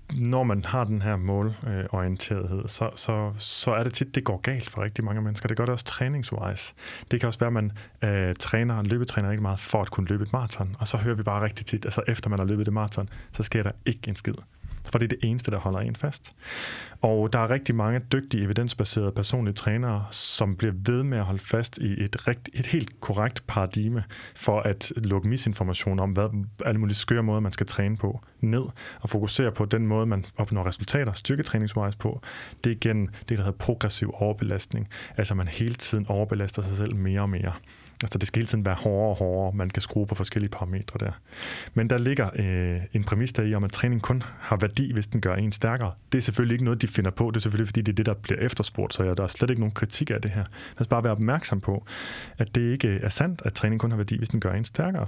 når man har den her målorienterethed, så er det tit, det går galt for rigtig mange mennesker. Det gør det også træningswise. Det kan også være, at man løbetræner rigtig meget for at kunne løbe et maraton, og så hører vi bare rigtig tit, altså efter man har løbet det maraton, så sker der ikke en skid. For det er det eneste, der holder en fast. Og der er rigtig mange dygtige, evidensbaserede personlige trænere, som bliver ved med at holde fast i et helt korrekt paradigme for at lukke misinformation om, hvad alle mulige skøre måder, man skal træne på, ned og fokusere på den måde, man opnår resultater, styrketræningswise på. Det er igen det, der hedder progressiv overbelastning. Altså man hele tiden overbelaster sig selv mere og mere. Altså det skal hele tiden være hårdere og hårdere. Man kan skrue på forskellige parametre der. Men der ligger en præmis der i, om at træning kun har værdi, hvis den gør en stærkere. Det er selvfølgelig ikke noget, de finder på. Det er selvfølgelig, fordi det er det, der bliver efterspurgt. Så der er slet ikke nogen kritik af det her. Man skal bare være opmærksom på, at det ikke er sandt, at træning kun har værdi, hvis den gør en stærkere.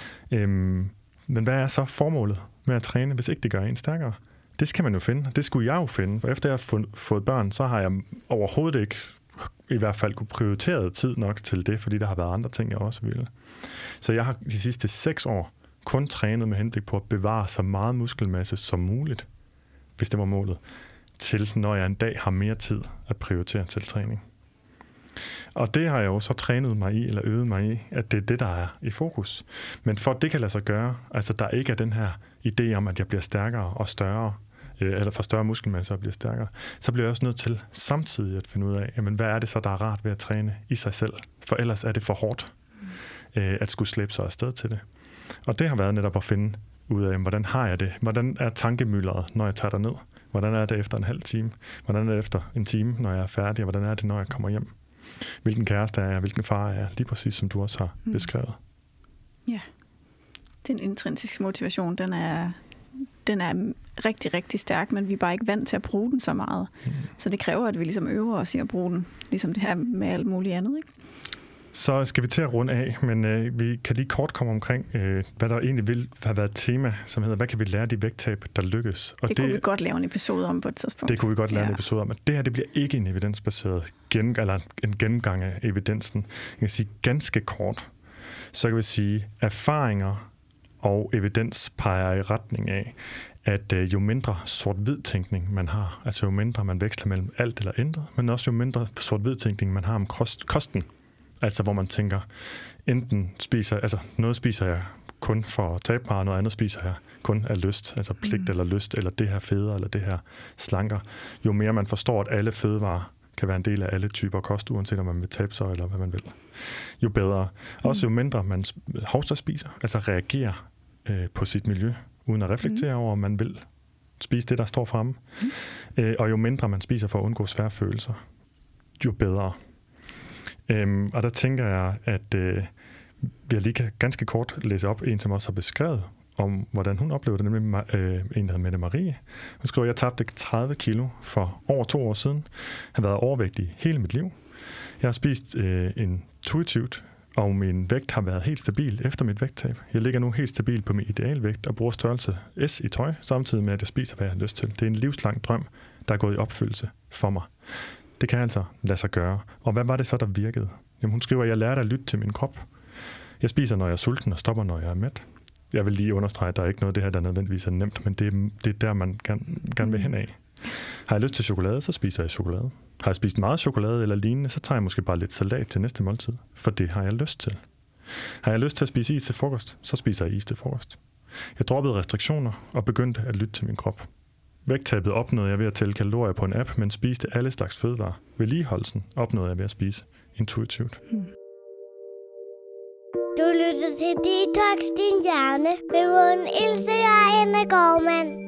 Men hvad er så formålet med at træne, hvis ikke det gør en stærkere? Det skal man jo finde. Det skulle jeg jo finde. For efter jeg har fået børn, så har jeg overhovedet ikke i hvert fald kunne prioritere tid nok til det, fordi der har været andre ting, jeg også ville. Så jeg har de sidste 6 år kun trænet med henblik på at bevare så meget muskelmasse som muligt, hvis det var målet, til når jeg en dag har mere tid at prioritere til træning. Og det har jeg jo så trænet mig i, eller øvet mig i, at det er det, der er i fokus. Men for at det kan lade sig gøre, altså der ikke er den her idé om, at jeg bliver stærkere og større, eller får større muskelmasse og bliver stærkere, så bliver jeg også nødt til samtidig at finde ud af, jamen, hvad er det så, der er rart ved at træne i sig selv? For ellers er det for hårdt at skulle slæbe sig afsted til det. Og det har været netop at finde ud af, hvordan har jeg det? Hvordan er tankemyldret, når jeg tager derned? Hvordan er det efter en halv time? Hvordan er det efter en time, når jeg er færdig? Og hvordan er det, når jeg kommer hjem? Hvilken kæreste er jeg? Hvilken far er jeg? Lige præcis, som du også har beskrevet. Ja, den intrinsiske motivation, den er rigtig, rigtig stærk, men vi er bare ikke vant til at bruge den så meget. Så det kræver, at vi ligesom øver os i at bruge den, ligesom det her med alt muligt andet, ikke? Så skal vi til at runde af, men vi kan lige kort komme omkring, hvad der egentlig vil have været et tema, som hedder, hvad kan vi lære de vægttab, der lykkes? Og det kunne vi godt lave en episode om på et tidspunkt. Det kunne vi godt lave en episode om, men det her, det bliver ikke en evidensbaseret eller en gennemgang af evidensen. Jeg kan sige ganske kort, så kan vi sige, erfaringer og evidens peger i retning af, at jo mindre sort-hvid tænkning man har, altså jo mindre man veksler mellem alt eller intet, men også jo mindre sort-hvid tænkning man har om kosten. Altså hvor man tænker, enten noget spiser jeg kun for at tabe mig, og noget andet spiser jeg kun af lyst, altså pligt eller lyst, eller det her federe, eller det her slanker. Jo mere man forstår, at alle fødevarer kan være en del af alle typer kost, uanset om man vil tabe sig, eller hvad man vil, jo bedre. Også jo mindre man spiser, altså reagerer på sit miljø, uden at reflektere over, om man vil spise det, der står fremme. Og jo mindre man spiser for at undgå svære følelser, jo bedre. Og der tænker jeg, at jeg lige kan ganske kort læse op en, som også har beskrevet om, hvordan hun oplever det, nemlig en, der hedder Mette Marie. Hun skriver, jeg tabte 30 kilo for over 2 år siden. Jeg har været overvægtig hele mit liv. Jeg har spist intuitivt, og min vægt har været helt stabil efter mit vægttab. Jeg ligger nu helt stabil på min idealvægt og bruger størrelse S i tøj, samtidig med, at jeg spiser, hvad jeg har lyst til. Det er en livslang drøm, der er gået i opfyldelse for mig. Det kan altså lade sig gøre. Og hvad var det så, der virkede? Jamen, hun skriver, at jeg lærte at lytte til min krop. Jeg spiser, når jeg er sulten, og stopper, når jeg er mæt. Jeg vil lige understrege, at der er ikke noget af det her, der nødvendigvis er nemt, men det er der, man gerne vil hen af. Har jeg lyst til chokolade, så spiser jeg chokolade. Har jeg spist meget chokolade eller lignende, så tager jeg måske bare lidt salat til næste måltid, for det har jeg lyst til. Har jeg lyst til at spise is til frokost, så spiser jeg is til frokost. Jeg droppede restriktioner og begyndte at lytte til min krop. Vægttabet opnåede jeg ved at tælle kalorier på en app, men spiste alle slags fødevarer. Vedligeholdelsen opnåede jeg ved at spise intuitivt. Du lytter til Detox Din Hjerne med Morten Elsø og Anne Gormand.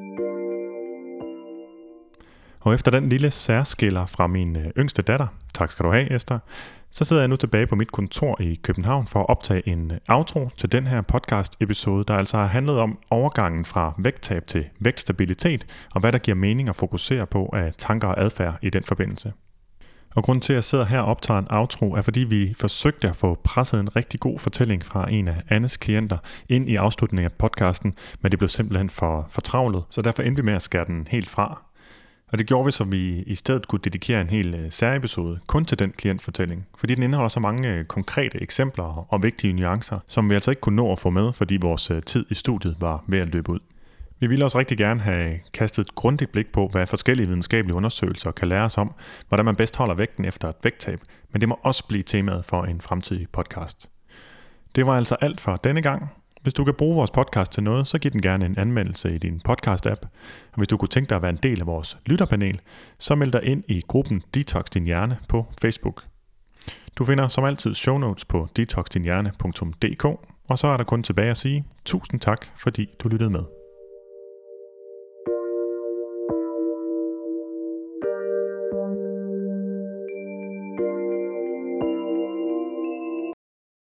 Og efter den lille særskiller fra min yngste datter, tak skal du have, Esther, så sidder jeg nu tilbage på mit kontor i København for at optage en outro til den her podcast-episode, der altså har handlet om overgangen fra vægttab til vægtstabilitet, og hvad der giver mening at fokusere på af tanker og adfærd i den forbindelse. Og grunden til, at jeg sidder her og optager en outro, er fordi vi forsøgte at få presset en rigtig god fortælling fra en af Annes klienter ind i afslutningen af podcasten, men det blev simpelthen for travlet, så derfor endte vi med at skære den helt fra. Og det gjorde vi, så vi i stedet kunne dedikere en hel særepisode kun til den klientfortælling, fordi den indeholder så mange konkrete eksempler og vigtige nuancer, som vi altså ikke kunne nå at få med, fordi vores tid i studiet var ved at løbe ud. Vi ville også rigtig gerne have kastet et grundigt blik på, hvad forskellige videnskabelige undersøgelser kan lære os om, hvordan man bedst holder vægten efter et vægttab, men det må også blive temaet for en fremtidig podcast. Det var altså alt for denne gang. Hvis du kan bruge vores podcast til noget, så giv den gerne en anmeldelse i din podcast-app. Og hvis du kunne tænke dig at være en del af vores lytterpanel, så meld dig ind i gruppen Detox Din Hjerne på Facebook. Du finder som altid show notes på detoxdinhjerne.dk, og så er der kun tilbage at sige tusind tak, fordi du lyttede med.